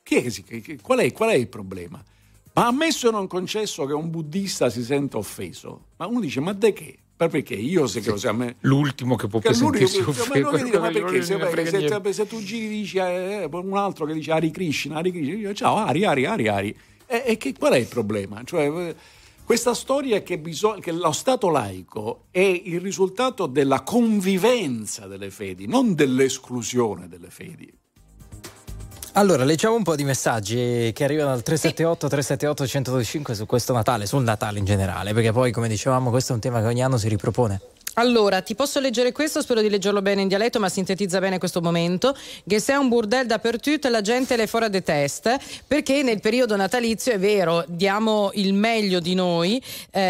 Qual è il problema? Ma ammesso e non concesso che un buddista si senta offeso, ma uno dice, ma de che? Perché io l'ultimo che può sentirsi offeso, ma perché se tu giri dici un altro che dice Hare Krishna, io ciao Ari e qual è il problema? Cioè questa storia che lo Stato laico è il risultato della convivenza delle fedi, non dell'esclusione delle fedi. Allora, leggiamo un po' di messaggi che arrivano al 378-378-1025 su questo Natale, sul Natale in generale, perché poi, come dicevamo, questo è un tema che ogni anno si ripropone. Allora, ti posso leggere questo, spero di leggerlo bene in dialetto, ma sintetizza bene questo momento. Che se è un burdel dappertutto, la gente le fuori de test, perché nel periodo natalizio è vero, diamo il meglio di noi,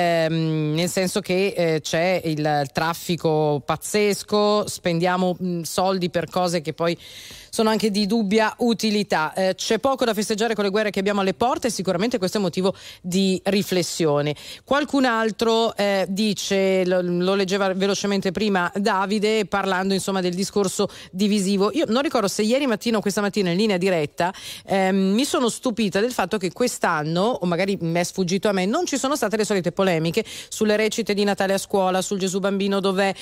nel senso che c'è il traffico pazzesco, spendiamo soldi per cose che poi sono anche di dubbia utilità. C'è poco da festeggiare con le guerre che abbiamo alle porte, sicuramente questo è motivo di riflessione. Qualcun altro dice, lo leggeva velocemente prima Davide, parlando insomma del discorso divisivo. Io non ricordo se ieri mattina o questa mattina in linea diretta mi sono stupita del fatto che quest'anno, o magari mi è sfuggito a me, non ci sono state le solite polemiche sulle recite di Natale a scuola, sul Gesù Bambino dov'è,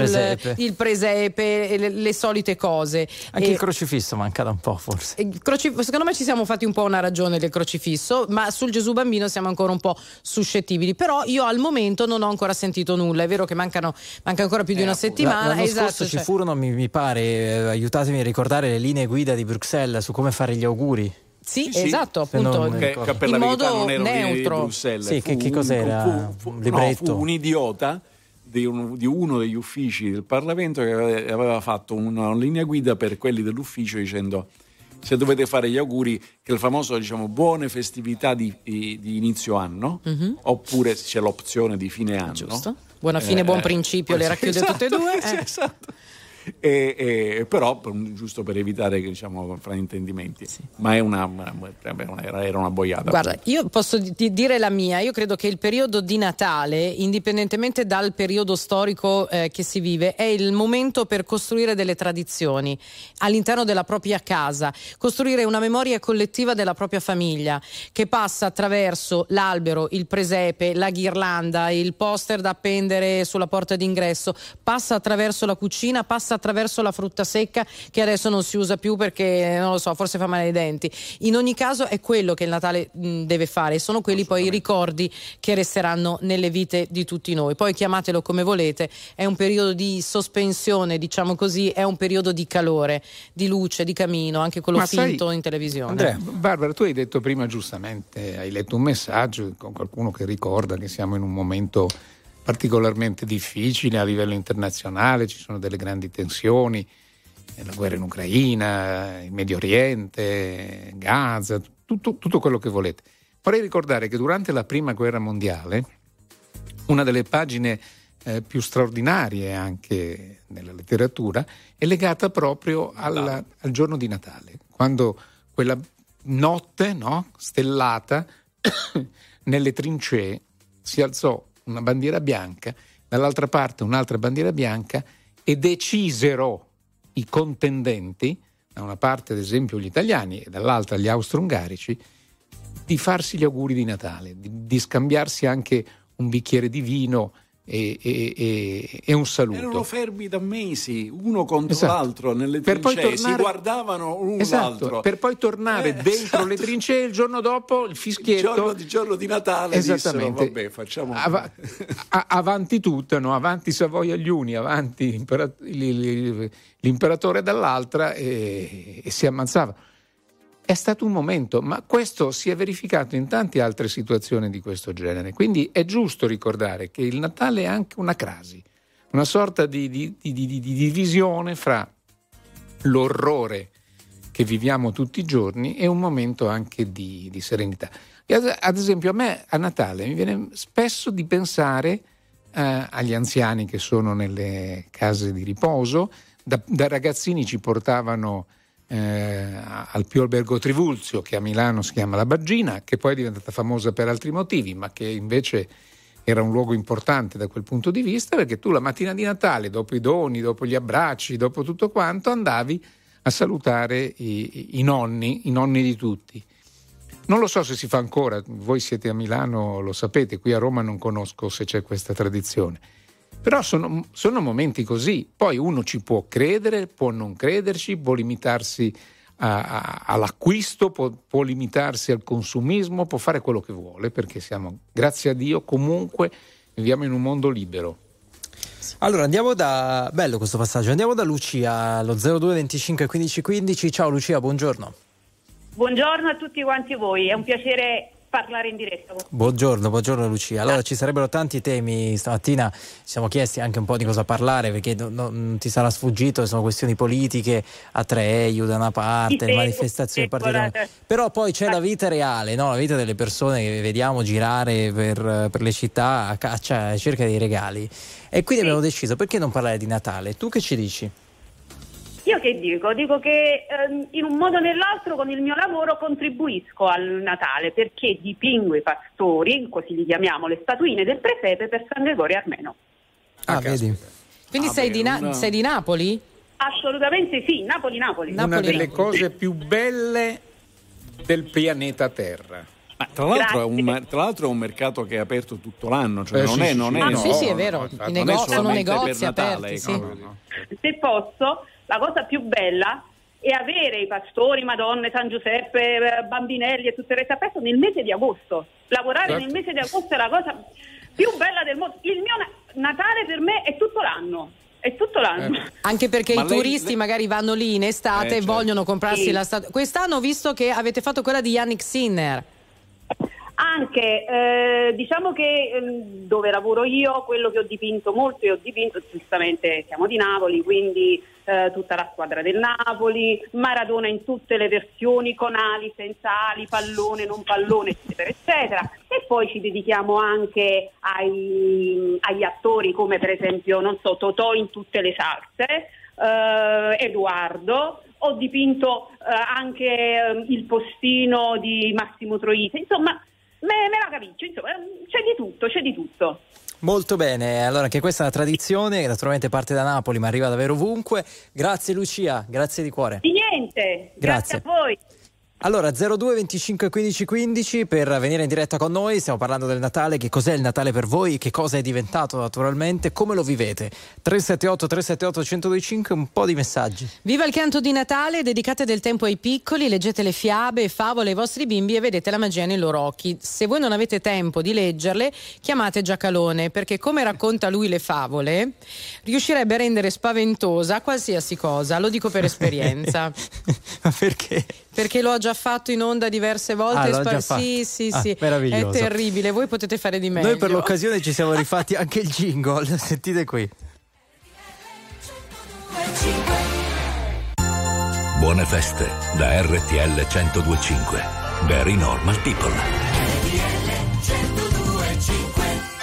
il presepe, le solite cose. Anche il crocifisso manca da un po', forse. Secondo me ci siamo fatti un po' una ragione del crocifisso, ma sul Gesù Bambino siamo ancora un po' suscettibili. Però io al momento non ho ancora sentito nulla. È vero che manca ancora più di una settimana. L'anno scorso ci furono, mi pare, aiutatemi a ricordare, le linee guida di Bruxelles su come fare gli auguri. Sì, esatto, appunto, che per in modo non erano neutro. Di Bruxelles. Sì, che cos'era? Un libretto. Fu un idiota di uno degli uffici del Parlamento che aveva fatto una linea guida per quelli dell'ufficio dicendo: se dovete fare gli auguri, che il famoso, diciamo, buone festività di inizio anno, oppure c'è l'opzione di fine anno. Giusto. Buona fine, buon principio, le racchiude tutte e due. Esatto. Però giusto per evitare che, diciamo, fraintendimenti, ma era una boiata. Guarda, io posso dire la mia. Io credo che il periodo di Natale, indipendentemente dal periodo storico che si vive, è il momento per costruire delle tradizioni all'interno della propria casa, costruire una memoria collettiva della propria famiglia, che passa attraverso l'albero, il presepe, la ghirlanda, il poster da appendere sulla porta d'ingresso, passa attraverso la cucina, passa attraverso la frutta secca che adesso non si usa più perché, non lo so, forse fa male ai denti. In ogni caso è quello che il Natale deve fare, e sono quelli poi i ricordi che resteranno nelle vite di tutti noi. Poi chiamatelo come volete, è un periodo di sospensione, diciamo così, è un periodo di calore, di luce, di camino, anche quello finto in televisione. Andrea, Barbara, tu hai detto prima giustamente, hai letto un messaggio con qualcuno che ricorda che siamo in un momento particolarmente difficile a livello internazionale, ci sono delle grandi tensioni, la guerra in Ucraina, il Medio Oriente, Gaza, tutto quello che volete. Vorrei ricordare che durante la Prima Guerra Mondiale una delle pagine più straordinarie anche nella letteratura è legata proprio al giorno di Natale, quando quella notte, no, stellata nelle trincee si alzò una bandiera bianca, dall'altra parte un'altra bandiera bianca, e decisero i contendenti, da una parte ad esempio gli italiani e dall'altra gli austro-ungarici, di farsi gli auguri di Natale, di scambiarsi anche un bicchiere di vino e un saluto. Erano fermi da mesi, uno contro l'altro nelle trincee, si guardavano l'uno l'altro. Per poi tornare dentro le trincee il giorno dopo, il fischietto. Il giorno di Natale. Esattamente. Dissero, vabbè, facciamo avanti tutta, no? Avanti Savoia agli uni, avanti l'imperatore dall'altra, e si ammazzava. È stato un momento, ma questo si è verificato in tante altre situazioni di questo genere. Quindi è giusto ricordare che il Natale è anche una crasi, una sorta di divisione fra l'orrore che viviamo tutti i giorni e un momento anche di serenità. E ad esempio a Natale mi viene spesso di pensare agli anziani che sono nelle case di riposo. Da ragazzini ci portavano al Pio Albergo Trivulzio, che a Milano si chiama La Baggina, che poi è diventata famosa per altri motivi, ma che invece era un luogo importante da quel punto di vista, perché tu la mattina di Natale, dopo i doni, dopo gli abbracci, dopo tutto quanto, andavi a salutare i nonni di tutti. Non lo so se si fa ancora, voi siete a Milano, lo sapete, qui a Roma non conosco se c'è questa tradizione. Però sono momenti così, poi uno ci può credere, può non crederci, può limitarsi all'acquisto, può limitarsi al consumismo, può fare quello che vuole, perché siamo, grazie a Dio, comunque viviamo in un mondo libero. Allora bello questo passaggio, andiamo da Lucia allo 02 25 15 15. Ciao Lucia, buongiorno. Buongiorno a tutti quanti voi, è un piacere parlare in diretta. Buongiorno Lucia. Allora ci sarebbero tanti temi, stamattina ci siamo chiesti anche un po' di cosa parlare, perché non ti sarà sfuggito, sono questioni politiche, Atreju da una parte, le manifestazioni particolari, però poi c'è la vita reale, no? La vita delle persone che vediamo girare per le città a caccia, a cerca dei regali, e quindi abbiamo deciso, perché non parlare di Natale? Tu che ci dici? Io che dico? Dico che in un modo o nell'altro con il mio lavoro contribuisco al Natale, perché dipingo i pastori, così li chiamiamo, le statuine del presepe per San Gregorio Armeno. Vedi. Quindi sei di Napoli? Assolutamente sì, Napoli. Una delle cose più belle del pianeta Terra. Ma tra l'altro è un mercato che è aperto tutto l'anno, cioè non è sì, è vero, sono negozi aperti, sì. Se posso, la cosa più bella è avere i pastori, Madonne, San Giuseppe, bambinelli e tutte le cose aperto nel mese di agosto. Lavorare nel mese di agosto è la cosa più bella del mondo. Il mio Natale per me è tutto l'anno. È tutto l'anno. Anche perché i turisti magari vanno lì in estate e vogliono comprarsi la statua. Quest'anno ho visto che avete fatto quella di Yannick Sinner. Anche, diciamo che dove lavoro io, quello che ho dipinto molto, giustamente siamo di Napoli, quindi tutta la squadra del Napoli, Maradona in tutte le versioni, con ali, senza ali, pallone, non pallone, eccetera, eccetera. E poi ci dedichiamo anche agli attori, come per esempio, non so, Totò in tutte le salse, Edoardo, ho dipinto anche il postino di Massimo Troisi, insomma me la caviccio, insomma c'è di tutto. Molto bene, allora anche questa è una tradizione che naturalmente parte da Napoli ma arriva davvero ovunque. Grazie Lucia, grazie di cuore. Di niente, grazie a voi. Allora 02 25 15 15 per venire in diretta con noi, stiamo parlando del Natale, che cos'è il Natale per voi, che cosa è diventato naturalmente, come lo vivete. 378 378 1025, un po' di messaggi. Viva il canto di Natale, dedicate del tempo ai piccoli, leggete le fiabe e favole ai vostri bimbi e vedete la magia nei loro occhi. Se voi non avete tempo di leggerle, chiamate Giacalone, perché come racconta lui le favole, riuscirebbe a rendere spaventosa qualsiasi cosa, lo dico per esperienza. Ma perché? Perché l'ho già fatto in onda diverse volte. l'ho già fatto. Sì, meraviglioso. è terribile, voi potete fare di meglio. Noi per l'occasione ci siamo rifatti anche il jingle, sentite qui. Buone feste da RTL 1025. Very normal people. RTL 1025.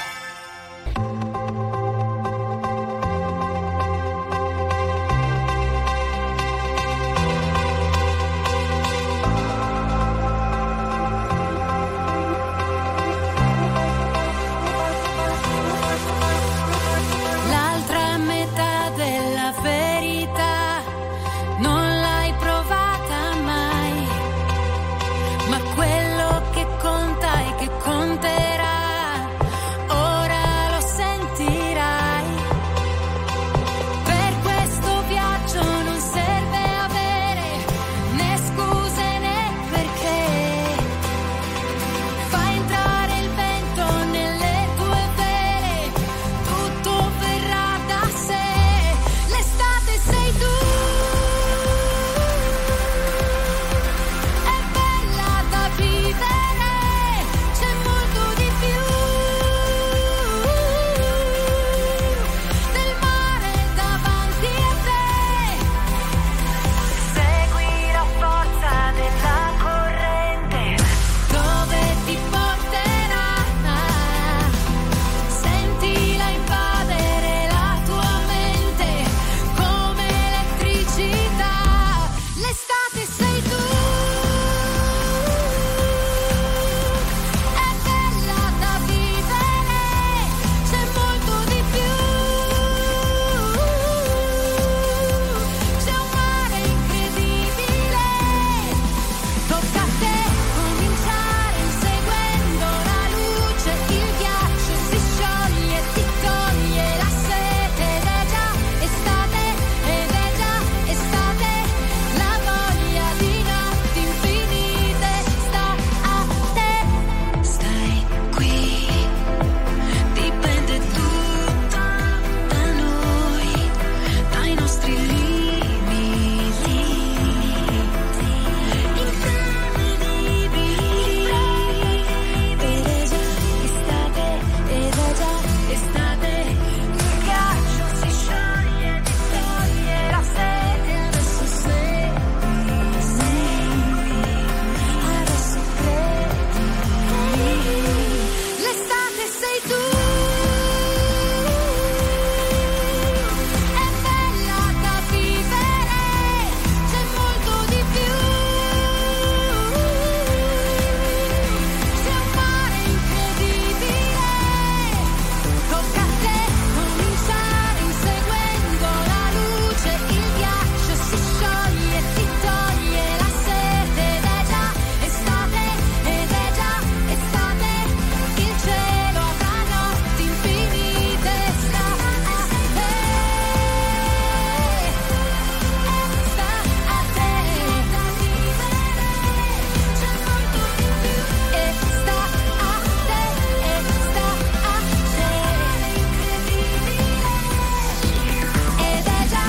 L'altra metà della verità non l'hai provata mai, ma quello che conta e che conterà, ora lo sentirai. Per questo viaggio non serve avere né scuse né perché, fa entrare il vento nelle tue vele, tutto verrà da sé. L'estate sei tu, è bella da vivere, c'è molto di più del mare davanti a te. Segui la forza della corrente dove ti porterà, sentila invadere la tua mente come elettricità. L'estate sei tu, è bella da vivere, c'è molto di più, c'è un mare incredibile, tocca a te cominciare inseguendo la luce, il ghiaccio si scioglie, ti toglie la sete ed è già estate, la voglia di notti infinite sta a te. Stai qui, dipende tutto da noi, dai nostri limiti imprevedibili, ed è già estate, il ghiaccio si scioglie, ti toglie la sete, adesso adesso credi, l'estate sei tu, è bella da vivere, c'è molto di più, c'è un mare incredibile, tocca a te cominciare inseguendo la luce, il ghiaccio si scioglie, ti toglie la sete ed è già estate, il cielo avrà notti infinite, sta a te, da vivere, c'è molto di più, e sta a te, incredibile, ed è già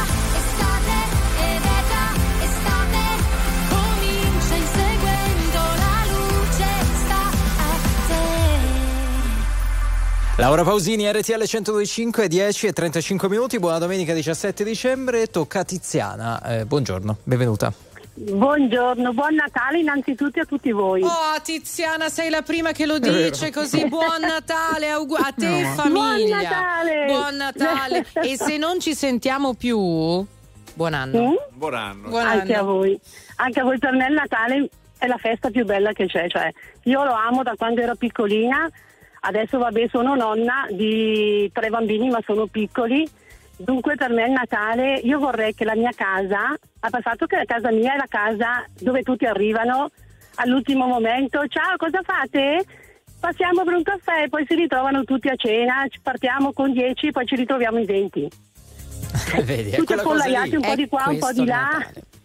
estate, comincia inseguendo la luce, sta a te. Laura Pausini, RTL 1025, 10 e 35 minuti, buona domenica 17 dicembre, tocca a Tiziana. Buongiorno, benvenuta. Buongiorno, buon Natale innanzitutto a tutti voi. Oh Tiziana, sei la prima che lo dice così, buon Natale a te e famiglia. Buon Natale. Buon Natale. E se non ci sentiamo più, Buon anno. Buon anno. Anche a voi. Anche a voi. Per me il Natale è la festa più bella che c'è, cioè io lo amo da quando ero piccolina. Adesso sono nonna di 3 bambini, ma sono piccoli. Dunque per me il Natale, io vorrei che la mia casa, a passato che la casa mia è la casa dove tutti arrivano all'ultimo momento. Ciao, cosa fate? Passiamo per un caffè, poi si ritrovano tutti a cena, partiamo con 10, poi ci ritroviamo in 20. Vedi, Tutti appollaiati, un po' di qua, un po' di là.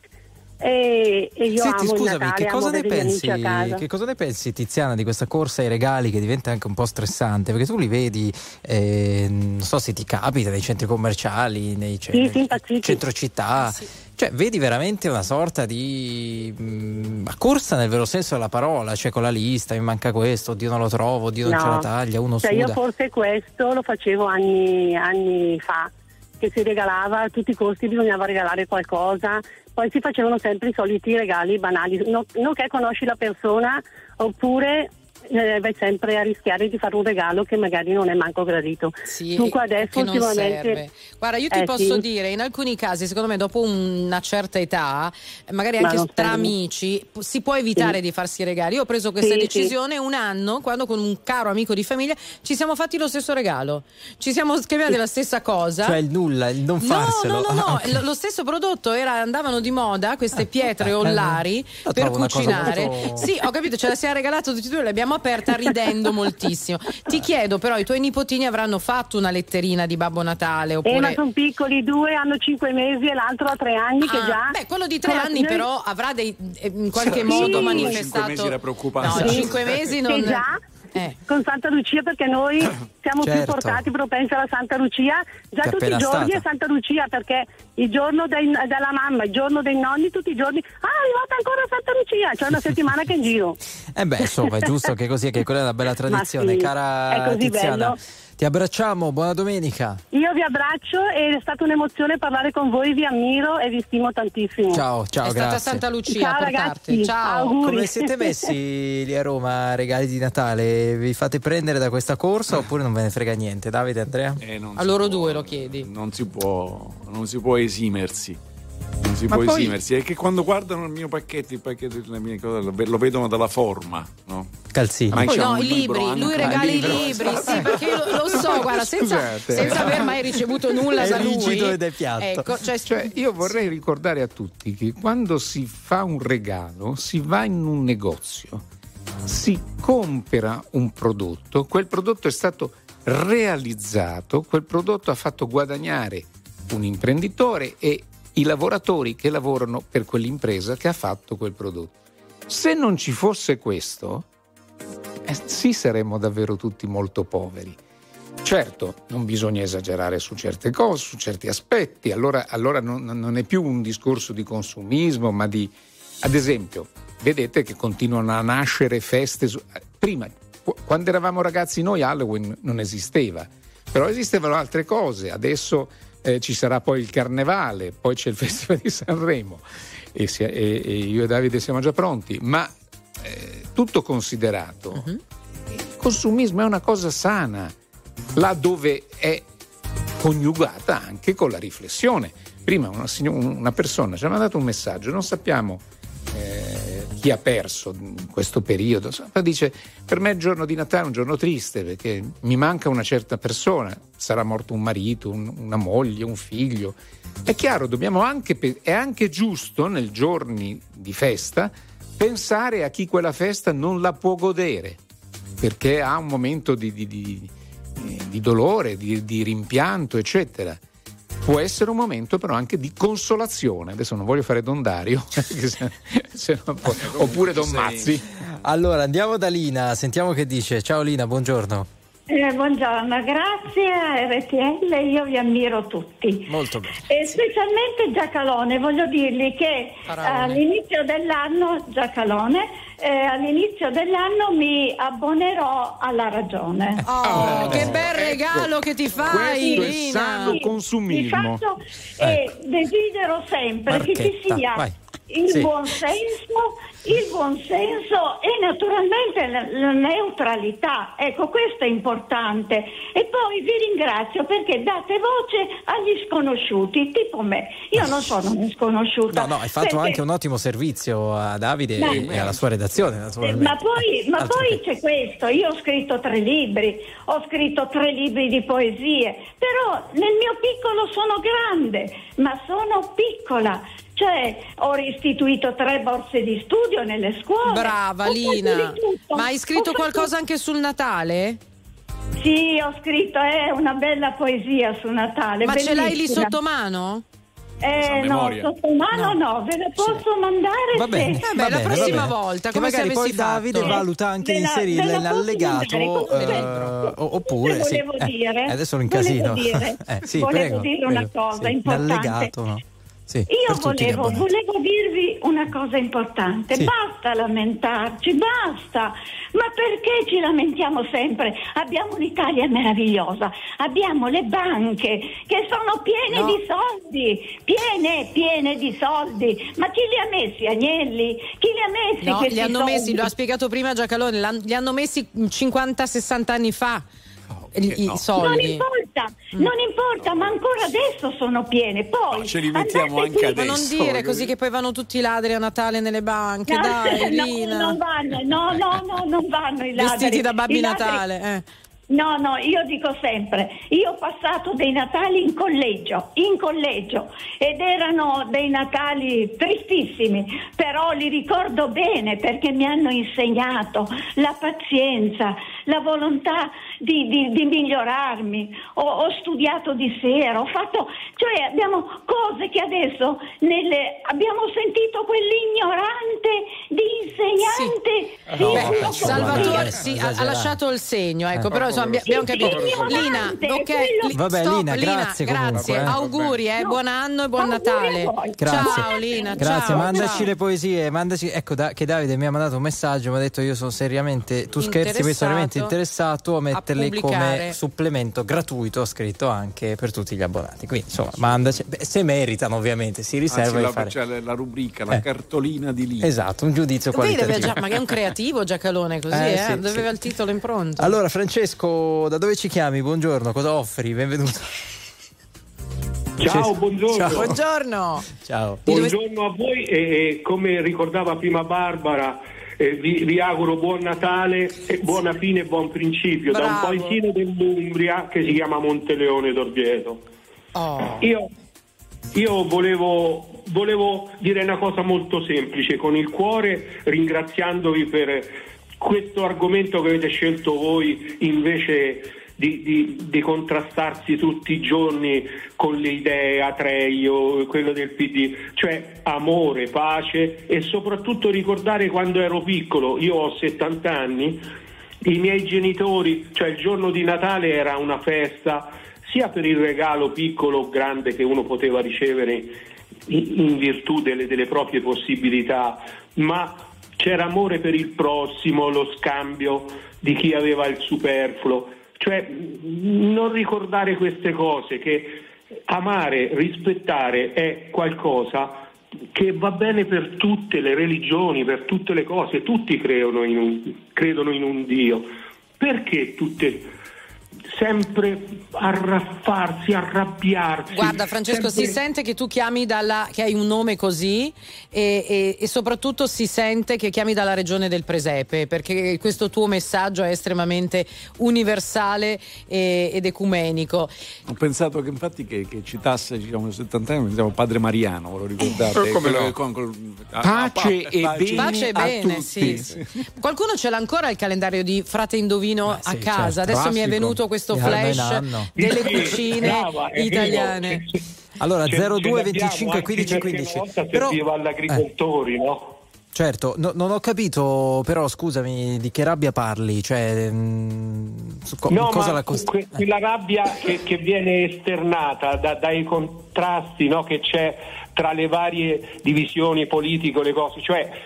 E io Senti, amo scusami, il Natale, che cosa amo ne avere gli amici a pensi? casa. Che cosa ne pensi, Tiziana, di questa corsa ai regali che diventa anche un po' stressante? Perché tu li vedi, non so se ti capita nei centri commerciali, nei centro città. Cioè, vedi veramente una sorta di corsa nel vero senso della parola, cioè con la lista, mi manca questo, oddio non lo trovo, oddio non ce la taglia, uno cioè, suda. io forse questo lo facevo anni fa, che si regalava a tutti i costi, bisognava regalare qualcosa, poi si facevano sempre i soliti regali banali, non che conosci la persona, oppure vai sempre a rischiare di fare un regalo che magari non è manco gradito. Sì, dunque adesso che non ultimamente serve. Guarda, io ti posso dire, in alcuni casi, secondo me, dopo una certa età, magari anche tra amici, si può evitare di farsi regali. Io ho preso questa decisione un anno, quando con un caro amico di famiglia ci siamo fatti lo stesso regalo, ci siamo scambiati la stessa cosa. Cioè il nulla, il non farselo. No, Okay. lo stesso prodotto andavano di moda, queste pietre ollari per cucinare. molto... Sì, ho capito, ce la siamo regalato tutti e due, l'abbiamo aperta ridendo moltissimo. Ti chiedo però, i tuoi nipotini avranno fatto una letterina di Babbo Natale? Oppure... ma sono piccoli, 2 hanno 5 mesi e l'altro ha 3 anni che già... Beh, quello di 3 anni però avrà in qualche modo manifestato... 5 mesi era preoccupante. No, 5 mesi non... Che già... con Santa Lucia, perché noi siamo più portati, propensi alla Santa Lucia, già tutti i giorni è Santa Lucia, perché il giorno della mamma, il giorno dei nonni, tutti i giorni è arrivata ancora Santa Lucia, c'è una settimana che è in giro. Insomma, è giusto che così, che quella è una bella tradizione. Cara è così Tiziana, bello. ti abbracciamo, buona domenica. Io vi abbraccio, è stata un'emozione parlare con voi, vi ammiro e vi stimo tantissimo. Ciao, è grazie. stata Santa Lucia ciao, a portarti. ragazzi, Ciao. auguri. Come siete messi lì a Roma, regali di Natale? Vi fate prendere da questa corsa oppure non ve ne frega niente? Davide, Andrea? A loro due lo chiedi. Non si può esimersi. Non si può esimersi. È che quando guardano il pacchetto delle mie cose, lo vedono dalla forma, no? Calzini. Ma No, i libri, lui regala i libri, sì, perché io lo so, guarda, senza aver mai ricevuto nulla da lui. È rigido ed è piatto. Ecco, cioè, io vorrei ricordare a tutti che quando si fa un regalo, si va in un negozio, si compra un prodotto, quel prodotto è stato realizzato, quel prodotto ha fatto guadagnare un imprenditore e i lavoratori che lavorano per quell'impresa che ha fatto quel prodotto. Se non ci fosse questo, sì, saremmo davvero tutti molto poveri. Certo, non bisogna esagerare su certe cose, su certi aspetti, allora non è più un discorso di consumismo, ma di, ad esempio, vedete che continuano a nascere feste. Prima, quando eravamo ragazzi noi, Halloween non esisteva, però esistevano altre cose. Adesso ci sarà poi il Carnevale, poi c'è il Festival di Sanremo e io e Davide siamo già pronti, ma tutto considerato, il consumismo è una cosa sana, là dove è coniugata anche con la riflessione. Prima una persona ci ha mandato un messaggio, non sappiamo chi ha perso in questo periodo, dice: per me il giorno di Natale è un giorno triste perché mi manca una certa persona, sarà morto un marito, una moglie, un figlio. È chiaro, è anche giusto nei giorni di festa pensare a chi quella festa non la può godere perché ha un momento di dolore, di rimpianto, eccetera. Può essere un momento però anche di consolazione. Adesso non voglio fare Don Dario oppure Don Mazzi. Allora andiamo da Lina, sentiamo che dice. Ciao Lina, buongiorno. Buongiorno, grazie a RTL, io vi ammiro tutti. Molto bene. E specialmente Giacalone, voglio dirgli che all'inizio dell'anno, all'inizio dell'anno mi abbonerò alla Ragione. Che bel regalo che ti fai, questo Lina. è sano consumismo. Desidero sempre che ci sia il buonsenso e naturalmente la neutralità. Ecco, questo è importante. E poi vi ringrazio perché date voce agli sconosciuti, tipo me. Io non sono una sconosciuta. No, hai fatto anche un ottimo servizio a Davide e alla sua redazione, naturalmente. Ma poi c'è questo, io ho scritto 3 libri, ho scritto 3 libri di poesie, però nel mio piccolo sono grande, ma sono piccola. Cioè, ho restituito 3 borse di studio nelle scuole. Brava Lina. Ma hai scritto qualcosa anche sul Natale? Sì, ho scritto una bella poesia su Natale. Ma ce l'hai lì bellissima. sotto mano? No, sotto mano no, ve la posso mandare Va bene, se... la prossima volta, che come se magari avessi poi Davide fatto. valuta anche di Ve inserirla la in posso allegato mandare, oppure volevo dire, adesso lo incasino. volevo dire una cosa importante. In allegato, no? Sì, Io per tutti gli abbonati. volevo dirvi una cosa importante, Sì. basta lamentarci, basta, ma perché ci lamentiamo sempre? Abbiamo un'Italia meravigliosa, abbiamo le banche che sono piene di soldi, piene di soldi, ma chi li ha messi, Agnelli? Chi li ha messi No, questi li hanno soldi? messi, lo ha spiegato prima Giacalone, li hanno messi 50-60 anni fa. I soldi. Non importa, ma ancora adesso sono piene. Poi ce li mettiamo anche adesso. Ma non dire così che poi vanno tutti i ladri a Natale nelle banche, No, dai, no, Lina. non vanno, non vanno i ladri. Vestiti da Babbi I ladri- Natale. No, io dico sempre, io ho passato dei Natali in collegio ed erano dei Natali tristissimi, però li ricordo bene perché mi hanno insegnato la pazienza, la volontà di migliorarmi. Ho studiato di sera, ho fatto, cioè abbiamo cose che adesso abbiamo sentito quell'ignorante di insegnante. Salvatore ha lasciato il segno, ecco, però insomma abbiamo capito. Lina, ok, Vabbè, stop, Lina, grazie comunque, grazie. eh. Auguri, buon anno e buon Natale. Grazie. Ciao Lina, Grazie, ciao. mandaci ciao. le poesie, ecco che Davide mi ha mandato un messaggio, mi ha detto io sono seriamente, tu scherzi, mi sono veramente interessato a metterle come supplemento gratuito, scritto anche per tutti gli abbonati. Quindi insomma, mandaci, se meritano ovviamente, si riserva di fare. C'è la rubrica, la cartolina di Lina. Esatto, un giudizio Vedi, qualitativo. ma che è un creativo Giacalone così, Sì, doveva sì. il titolo impronto. Allora Francesco, da dove ci chiami? Buongiorno, cosa offri? Benvenuto. Ciao, buongiorno. Ciao. Buongiorno. Ciao. Buongiorno a voi e come ricordava prima Barbara, vi auguro buon Natale e buona fine e buon principio. Bravo. Da un paesino dell'Umbria che si chiama Monteleone d'Orvieto. Io volevo dire una cosa molto semplice, con il cuore, ringraziandovi per questo argomento che avete scelto voi invece di contrastarsi tutti i giorni con le idee Atreio, quello del PD, cioè amore, pace e soprattutto ricordare quando ero piccolo. Io ho 70 anni, i miei genitori, cioè il giorno di Natale era una festa sia per il regalo piccolo o grande che uno poteva ricevere in virtù delle proprie possibilità, ma c'era amore per il prossimo, lo scambio di chi aveva il superfluo. Cioè non ricordare queste cose, che amare, rispettare è qualcosa che va bene per tutte le religioni, per tutte le cose, tutti credono in un Dio. Perché tutte sempre arraffarsi, arrabbiarsi? Guarda Francesco, sempre... si sente che tu chiami che hai un nome così e soprattutto si sente che chiami dalla regione del Presepe, perché questo tuo messaggio è estremamente universale ed ecumenico. Ho pensato che infatti che citasse, diciamo, 70 anni, pensavo Padre Mariano, ve lo ricordate? Come no? Pace e bene Pace e a bene, tutti. sì. Qualcuno ce l'ha ancora il calendario di Frate Indovino a casa? certo. Adesso mi è Classico. venuto questo Di anno in flash anno. delle cucine Brava, è italiane. Allora Ce 02 l'abbiamo 25 anche 15 perché 15. una volta Però serviva agli agricoltori, no? certo, non ho capito, però scusami, di che rabbia parli? Cioè, cosa la quella rabbia che viene esternata dai contrasti, no, che c'è tra le varie divisioni politiche, le cose, cioè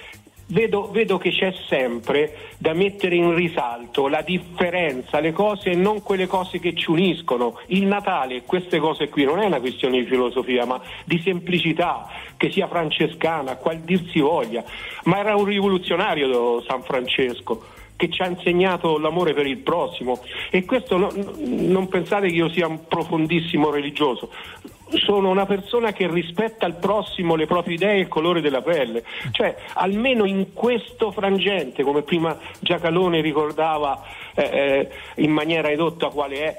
vedo che c'è sempre da mettere in risalto la differenza, le cose e non quelle cose che ci uniscono. Il Natale, queste cose qui, non è una questione di filosofia, ma di semplicità, che sia francescana, qual dir si voglia. Ma era un rivoluzionario San Francesco, che ci ha insegnato l'amore per il prossimo, e questo non pensate che io sia un profondissimo religioso. Sono una persona che rispetta il prossimo, le proprie idee e il colore della pelle, cioè almeno in questo frangente, come prima Giacalone ricordava in maniera edotta quale è,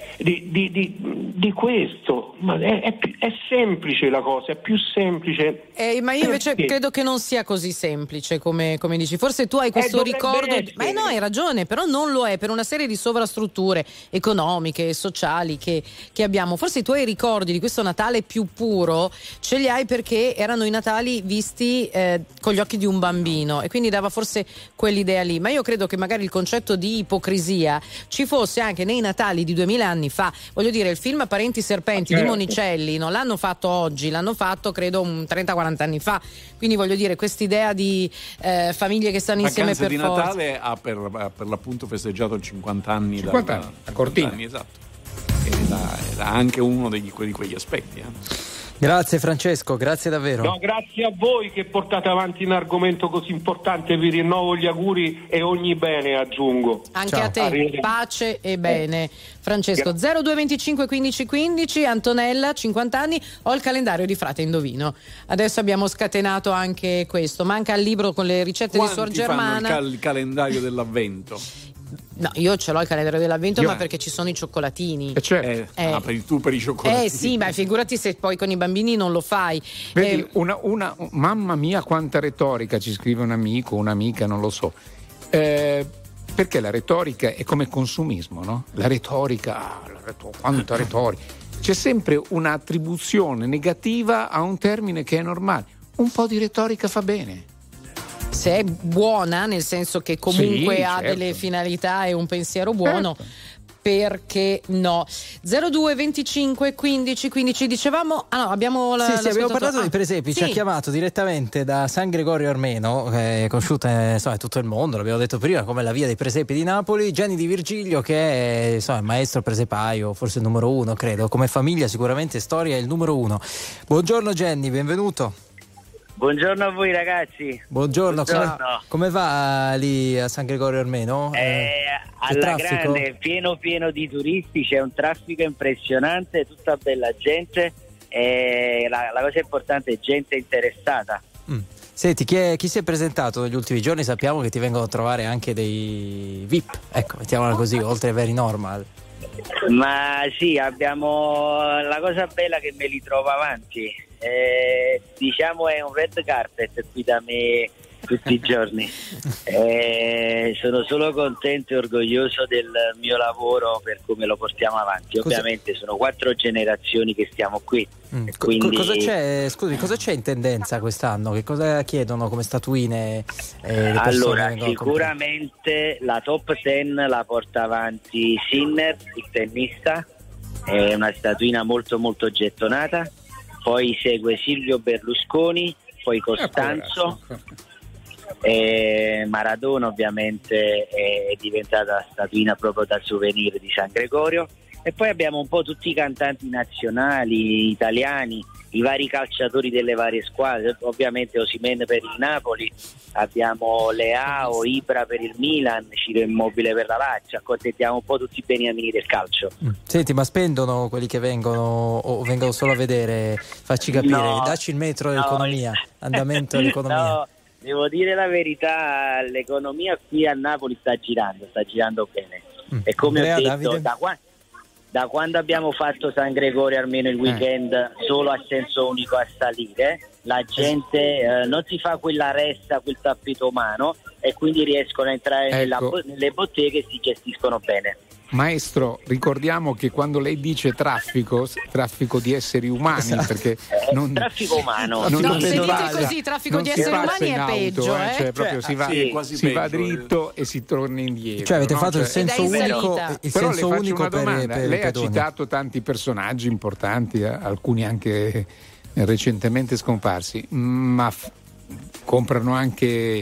di questo, ma è semplice la cosa, è più semplice. Ma io invece credo che non sia così semplice come dici. Forse tu hai questo ricordo, ma no, hai ragione, però non lo è per una serie di sovrastrutture economiche e sociali che abbiamo. Forse i tuoi ricordi di questo Natale più puro ce li hai perché erano i Natali visti con gli occhi di un bambino, e quindi dava forse quell'idea lì. Ma io credo che magari il concetto di ipocrisia ci fosse anche nei Natali di 2000 anni fa. Voglio dire, il film Parenti Serpenti di Monicelli non l'hanno fatto oggi, l'hanno fatto credo 30-40 anni fa, quindi voglio dire, quest'idea di famiglie che stanno insieme per di forza. Natale ha per l'appunto festeggiato 50 anni 50 anni, a Cortina. Esatto. Era anche uno di quegli aspetti. Grazie Francesco, grazie davvero. No, grazie a voi che portate avanti un argomento così importante, vi rinnovo gli auguri e ogni bene, aggiungo. Anche a te, pace e bene. Francesco, 0225 15 15, Antonella, 50 anni, ho il calendario di Frate Indovino. Adesso abbiamo scatenato anche questo, manca il libro con le ricette di Suor Germana. Fanno il calendario dell'avvento? No, io ce l'ho il calendario dell'avvento, ma perché ci sono i cioccolatini. Tu per i cioccolatini. Sì, ma figurati se poi con i bambini non lo fai. Vedi, mamma mia quanta retorica, ci scrive un amico, un'amica, non lo so. Perché la retorica è come consumismo, no? La retorica, quanta retorica. C'è sempre un'attribuzione negativa a un termine che è normale. Un po' di retorica fa bene. Se è buona, nel senso che comunque ha delle finalità e un pensiero buono, perché no? 0225 15 15, dicevamo. Abbiamo abbiamo parlato di presepi. Ci ha chiamato direttamente da San Gregorio Armeno, conosciuta in tutto il mondo, l'abbiamo detto prima, come la via dei presepi di Napoli. Gianni Di Virgilio, che è il maestro presepaio, forse il numero uno, credo, come famiglia sicuramente storia è il numero uno. Buongiorno Gianni, benvenuto. Buongiorno a voi ragazzi. Buongiorno. Come va lì a San Gregorio Armeno? Alla grande, pieno di turisti, c'è un traffico impressionante, tutta bella gente, la cosa importante è gente interessata. Senti, chi si è presentato negli ultimi giorni? Sappiamo che ti vengono a trovare anche dei VIP, ecco, mettiamola così, oltre ai very normal. Ma sì, abbiamo la cosa bella che me li trovo avanti. Diciamo è un red carpet qui da me tutti i giorni. Sono solo contento e orgoglioso del mio lavoro per come lo portiamo avanti. Ovviamente sono 4 generazioni che stiamo qui. Quindi... Cosa c'è in tendenza quest'anno? Che cosa chiedono come statuine? Allora, sicuramente la top 10 la porta avanti Sinner, il tennista, è una statuina molto molto gettonata. Poi segue Silvio Berlusconi, poi Costanzo, Maradona ovviamente è diventata statuina proprio da souvenir di San Gregorio, e poi abbiamo un po' tutti i cantanti nazionali italiani, i vari calciatori delle varie squadre, ovviamente Osimhen per il Napoli, abbiamo Leao, Ibra per il Milan, Ciro Immobile per la Lazio, accontentiamo un po' tutti i beniamini del calcio. Senti, ma spendono quelli che vengono o vengono solo a vedere? Facci capire, dacci il metro dell'economia, andamento dell'economia. No, devo dire la verità, l'economia qui a Napoli sta girando bene. E come ho detto, da quando abbiamo fatto San Gregorio almeno il weekend solo a senso unico a salire, la gente non si fa quella ressa, quel tappeto umano, e quindi riescono a entrare nelle botteghe e si gestiscono bene. Maestro, ricordiamo che quando lei dice traffico di esseri umani, perché traffico umano. Se dite così, traffico di esseri umani è peggio, cioè proprio si va dritto e si torna indietro. Cioè avete fatto il senso unico, però le faccio unico una domanda. per lei ha citato tanti personaggi importanti, alcuni anche recentemente scomparsi, ma comprano anche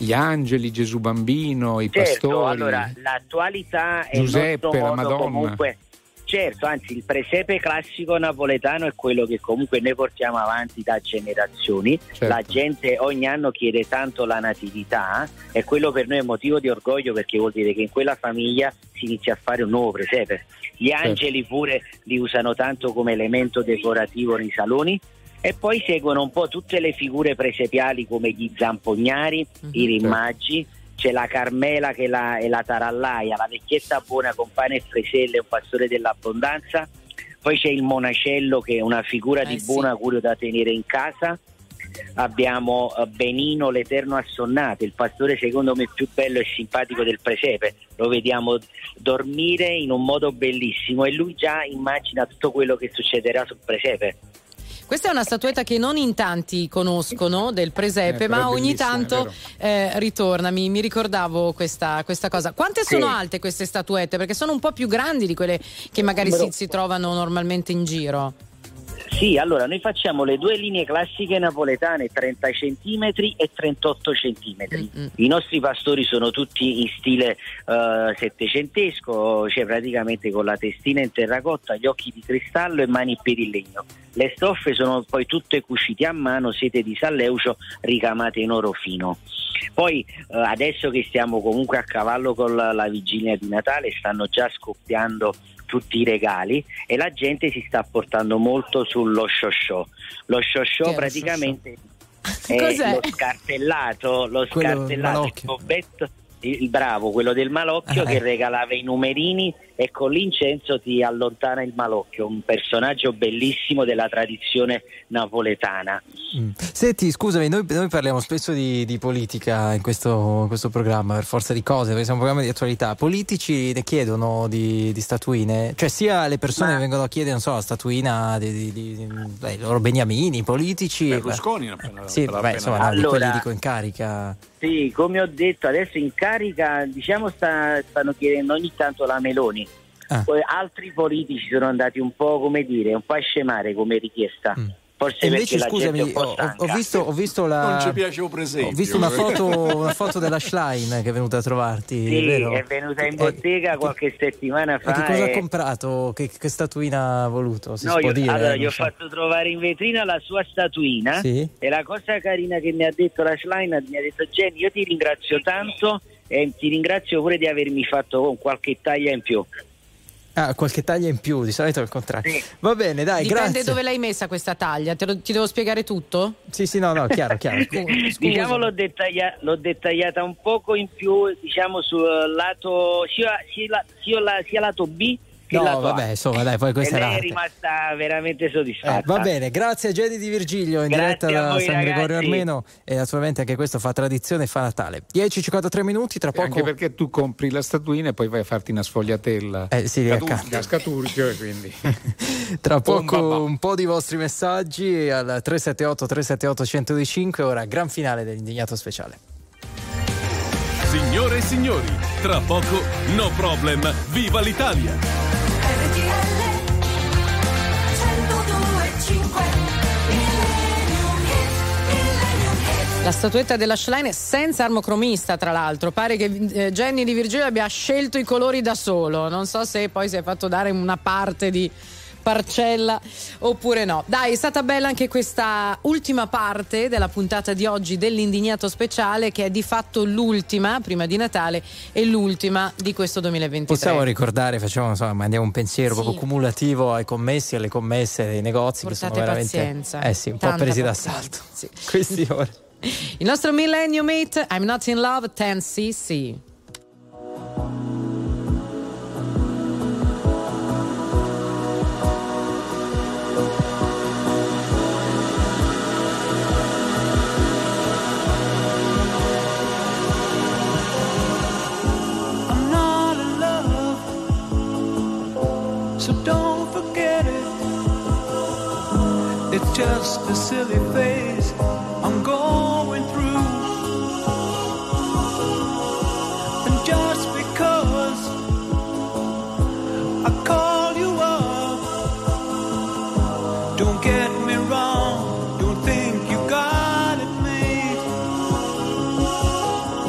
gli angeli, Gesù bambino, i Certo, pastori. allora l'attualità è Giuseppe, il nostro la modo Madonna. comunque. Certo, anzi il presepe classico napoletano è quello che comunque noi portiamo avanti da generazioni. Certo. La gente ogni anno chiede tanto la natività e quello per noi è motivo di orgoglio, perché vuol dire che in quella famiglia si inizia a fare un nuovo presepe. Gli angeli pure li usano tanto come elemento decorativo nei saloni. E poi seguono un po' tutte le figure presepiali come gli zampognari, i rimmaggi. C'è la Carmela che è la tarallaia, la vecchietta buona con pane e freselle, un pastore dell'abbondanza. Poi c'è il monacello che è una figura di buon augurio da tenere in casa. Abbiamo Benino l'Eterno Assonnato, il pastore secondo me più bello e simpatico del presepe. Lo vediamo dormire in un modo bellissimo e lui già immagina tutto quello che succederà sul presepe. Questa è una statuetta che non in tanti conoscono del presepe, però ma è ogni bellissima, tanto ritorna. Mi ricordavo questa cosa. Quante sono alte queste statuette? Perché sono un po' più grandi di quelle che magari si trovano normalmente in giro. Sì, allora noi facciamo le due linee classiche napoletane, 30 centimetri e 38 centimetri. I nostri pastori sono tutti in stile settecentesco, cioè praticamente con la testina in terracotta, gli occhi di cristallo e mani e piedi in legno. Le stoffe sono poi tutte cucite a mano, sete di Salleucio ricamate in oro fino. Poi adesso che stiamo comunque a cavallo con la vigilia di Natale, stanno già scoppiando tutti i regali e la gente si sta portando molto sullo show. Lo show praticamente è Cos'è? lo scartellato, il bobbetto, il bravo, quello del malocchio che regalava i numerini e con l'incenso ti allontana il malocchio, un personaggio bellissimo della tradizione napoletana. Senti, scusami, noi parliamo spesso di politica in questo programma, per forza di cose, perché siamo un programma di attualità. Politici ne chiedono di statuine, cioè sia le persone che vengono a chiedere, non so, la statuina di loro beniamini, politici. Berlusconi sì, insomma, di quelli dico in carica. Sì, come ho detto, adesso in carica diciamo stanno chiedendo ogni tanto la Meloni. Poi altri politici sono andati un po', come dire, un po' a scemare come richiesta. Forse E invece, perché scusami, la gente è un po' stanca. ho visto la. Non ci piace un presente. Ho visto una foto della Schlein che è venuta a trovarti. Sì, vero? è venuta in bottega qualche settimana fa. E che cosa ha comprato? Che statuina ha voluto? Si No, può dire? allora, gli Non ho so. fatto trovare in vetrina la sua statuina. Sì. E la cosa carina che mi ha detto la Schlein, mi ha detto: Jenny, io ti ringrazio tanto e ti ringrazio pure di avermi fatto qualche taglia in più. Ah, qualche taglia in più, di solito è il contrario. Va bene, dai, Dipende grazie. dove l'hai messa questa taglia. Ti devo spiegare tutto? Sì, no, chiaro. Diciamo l'ho dettagliata un poco in più, diciamo sul lato sia lato B che No, lato vabbè, A. insomma, dai, poi questa e è lei è l'arte. rimasta veramente soddisfatta. Va bene, grazie a Jenny Di Virgilio in Grazie diretta a da voi, San Gregorio ragazzi. Armeno, e naturalmente anche questo fa tradizione e fa Natale. 10:53 minuti, tra poco. Anche perché tu compri la statuina e poi vai a farti una sfogliatella sì, da Scaturchio e quindi Tra poco un po' di vostri messaggi al 378-378-1025. Ora gran finale dell'Indignato Speciale. Signore e signori, tra poco No Problem, viva l'Italia! La statuetta della Schlein è senza armocromista, tra l'altro. Pare che Jenny Di Virgilio abbia scelto i colori da solo. Non so se poi si è fatto dare una parte di parcella oppure no. Dai, è stata bella anche questa ultima parte della puntata di oggi dell'Indignato Speciale, che è di fatto l'ultima prima di Natale e l'ultima di questo 2023. Possiamo ricordare, mandiamo un pensiero proprio cumulativo ai commessi e alle commesse dei negozi. Portate che sono veramente pazienza. un po' Tanta presi pazienza. d'assalto. Sì. Questi ore. Il nostro Millennium Hit, I'm Not in Love, 10cc. I'm not in love, so don't forget it. It's just a silly phase I'm going through. And just because I call you up, don't get me wrong, don't think you got it made.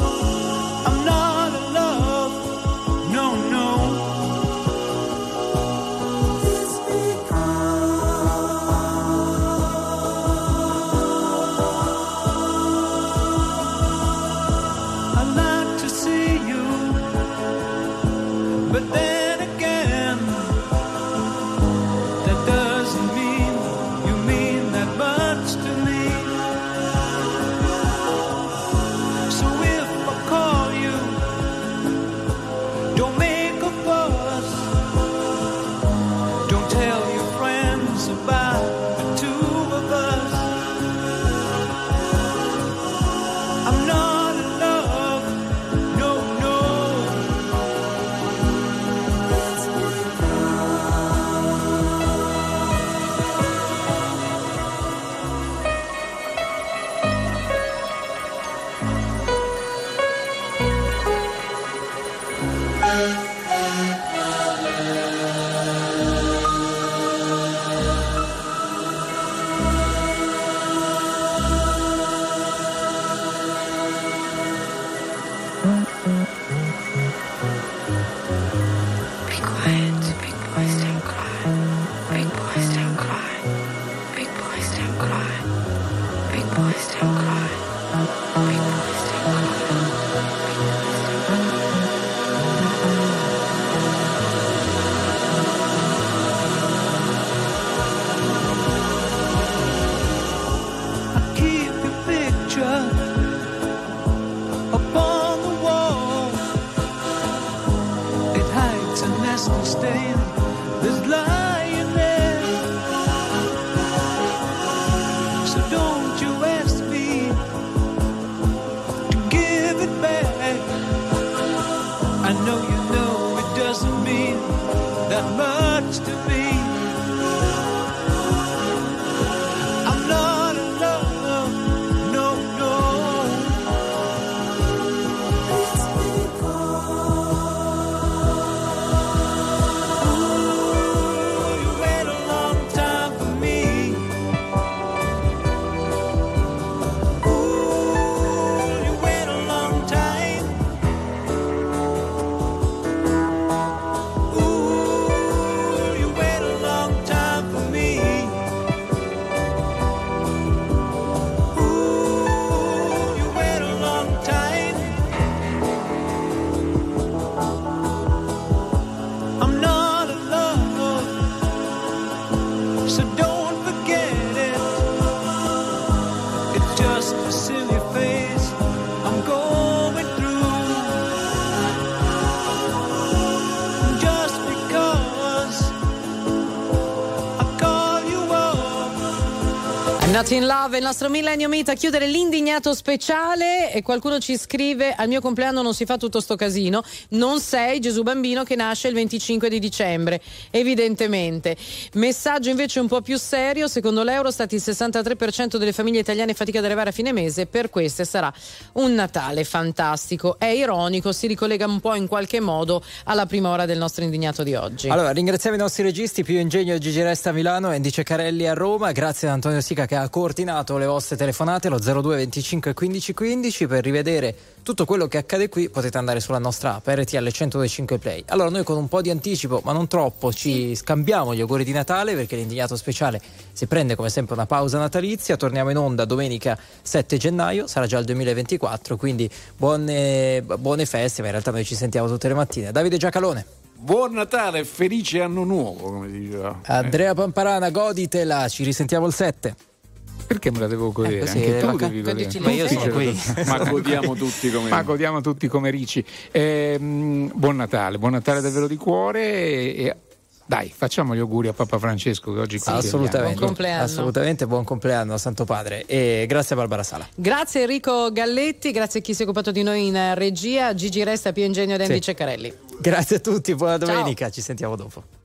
Not in Love, il nostro Millennium Meet a chiudere l'indignato speciale, e qualcuno ci scrive: al mio compleanno non si fa tutto sto casino, non sei Gesù bambino che nasce il 25 di dicembre, evidentemente. Messaggio invece un po' più serio: secondo l'Eurostat il 63% delle famiglie italiane fatica ad arrivare a fine mese, per queste sarà un Natale fantastico. È ironico, si ricollega un po' in qualche modo alla prima ora del nostro indignato di oggi. Allora, ringraziamo i nostri registi, Pio Ingegno e Gigi Resta a Milano e Andy Ceccarelli a Roma. Grazie ad Antonio Sica che ha coordinato le vostre telefonate allo 02 25 15 15. Per rivedere tutto quello che accade qui potete andare sulla nostra app RTL 102.5 Play. Allora, noi con un po' di anticipo, ma non troppo, ci scambiamo gli auguri di Natale, perché l'indignato speciale si prende come sempre una pausa natalizia. Torniamo in onda domenica 7 gennaio, sarà già il 2024, quindi buone feste, ma in realtà noi ci sentiamo tutte le mattine. Davide Giacalone. Buon Natale e felice anno nuovo, come diceva Andrea Pamparana, goditela, ci risentiamo il 7. Perché me la devo godere? Sì, Anche tu devi godere. Ma io sono qui. Ma godiamo tutti come ricci. Buon Natale davvero di cuore e dai, facciamo gli auguri a Papa Francesco che oggi assolutamente, buon compleanno. Assolutamente, buon compleanno a Santo Padre, e grazie a Barbara Sala. Grazie Enrico Galletti, grazie a chi si è occupato di noi in regia, Gigi Resta, Pio Ingegno e Andy Ceccarelli. Grazie a tutti, buona domenica, ci sentiamo dopo.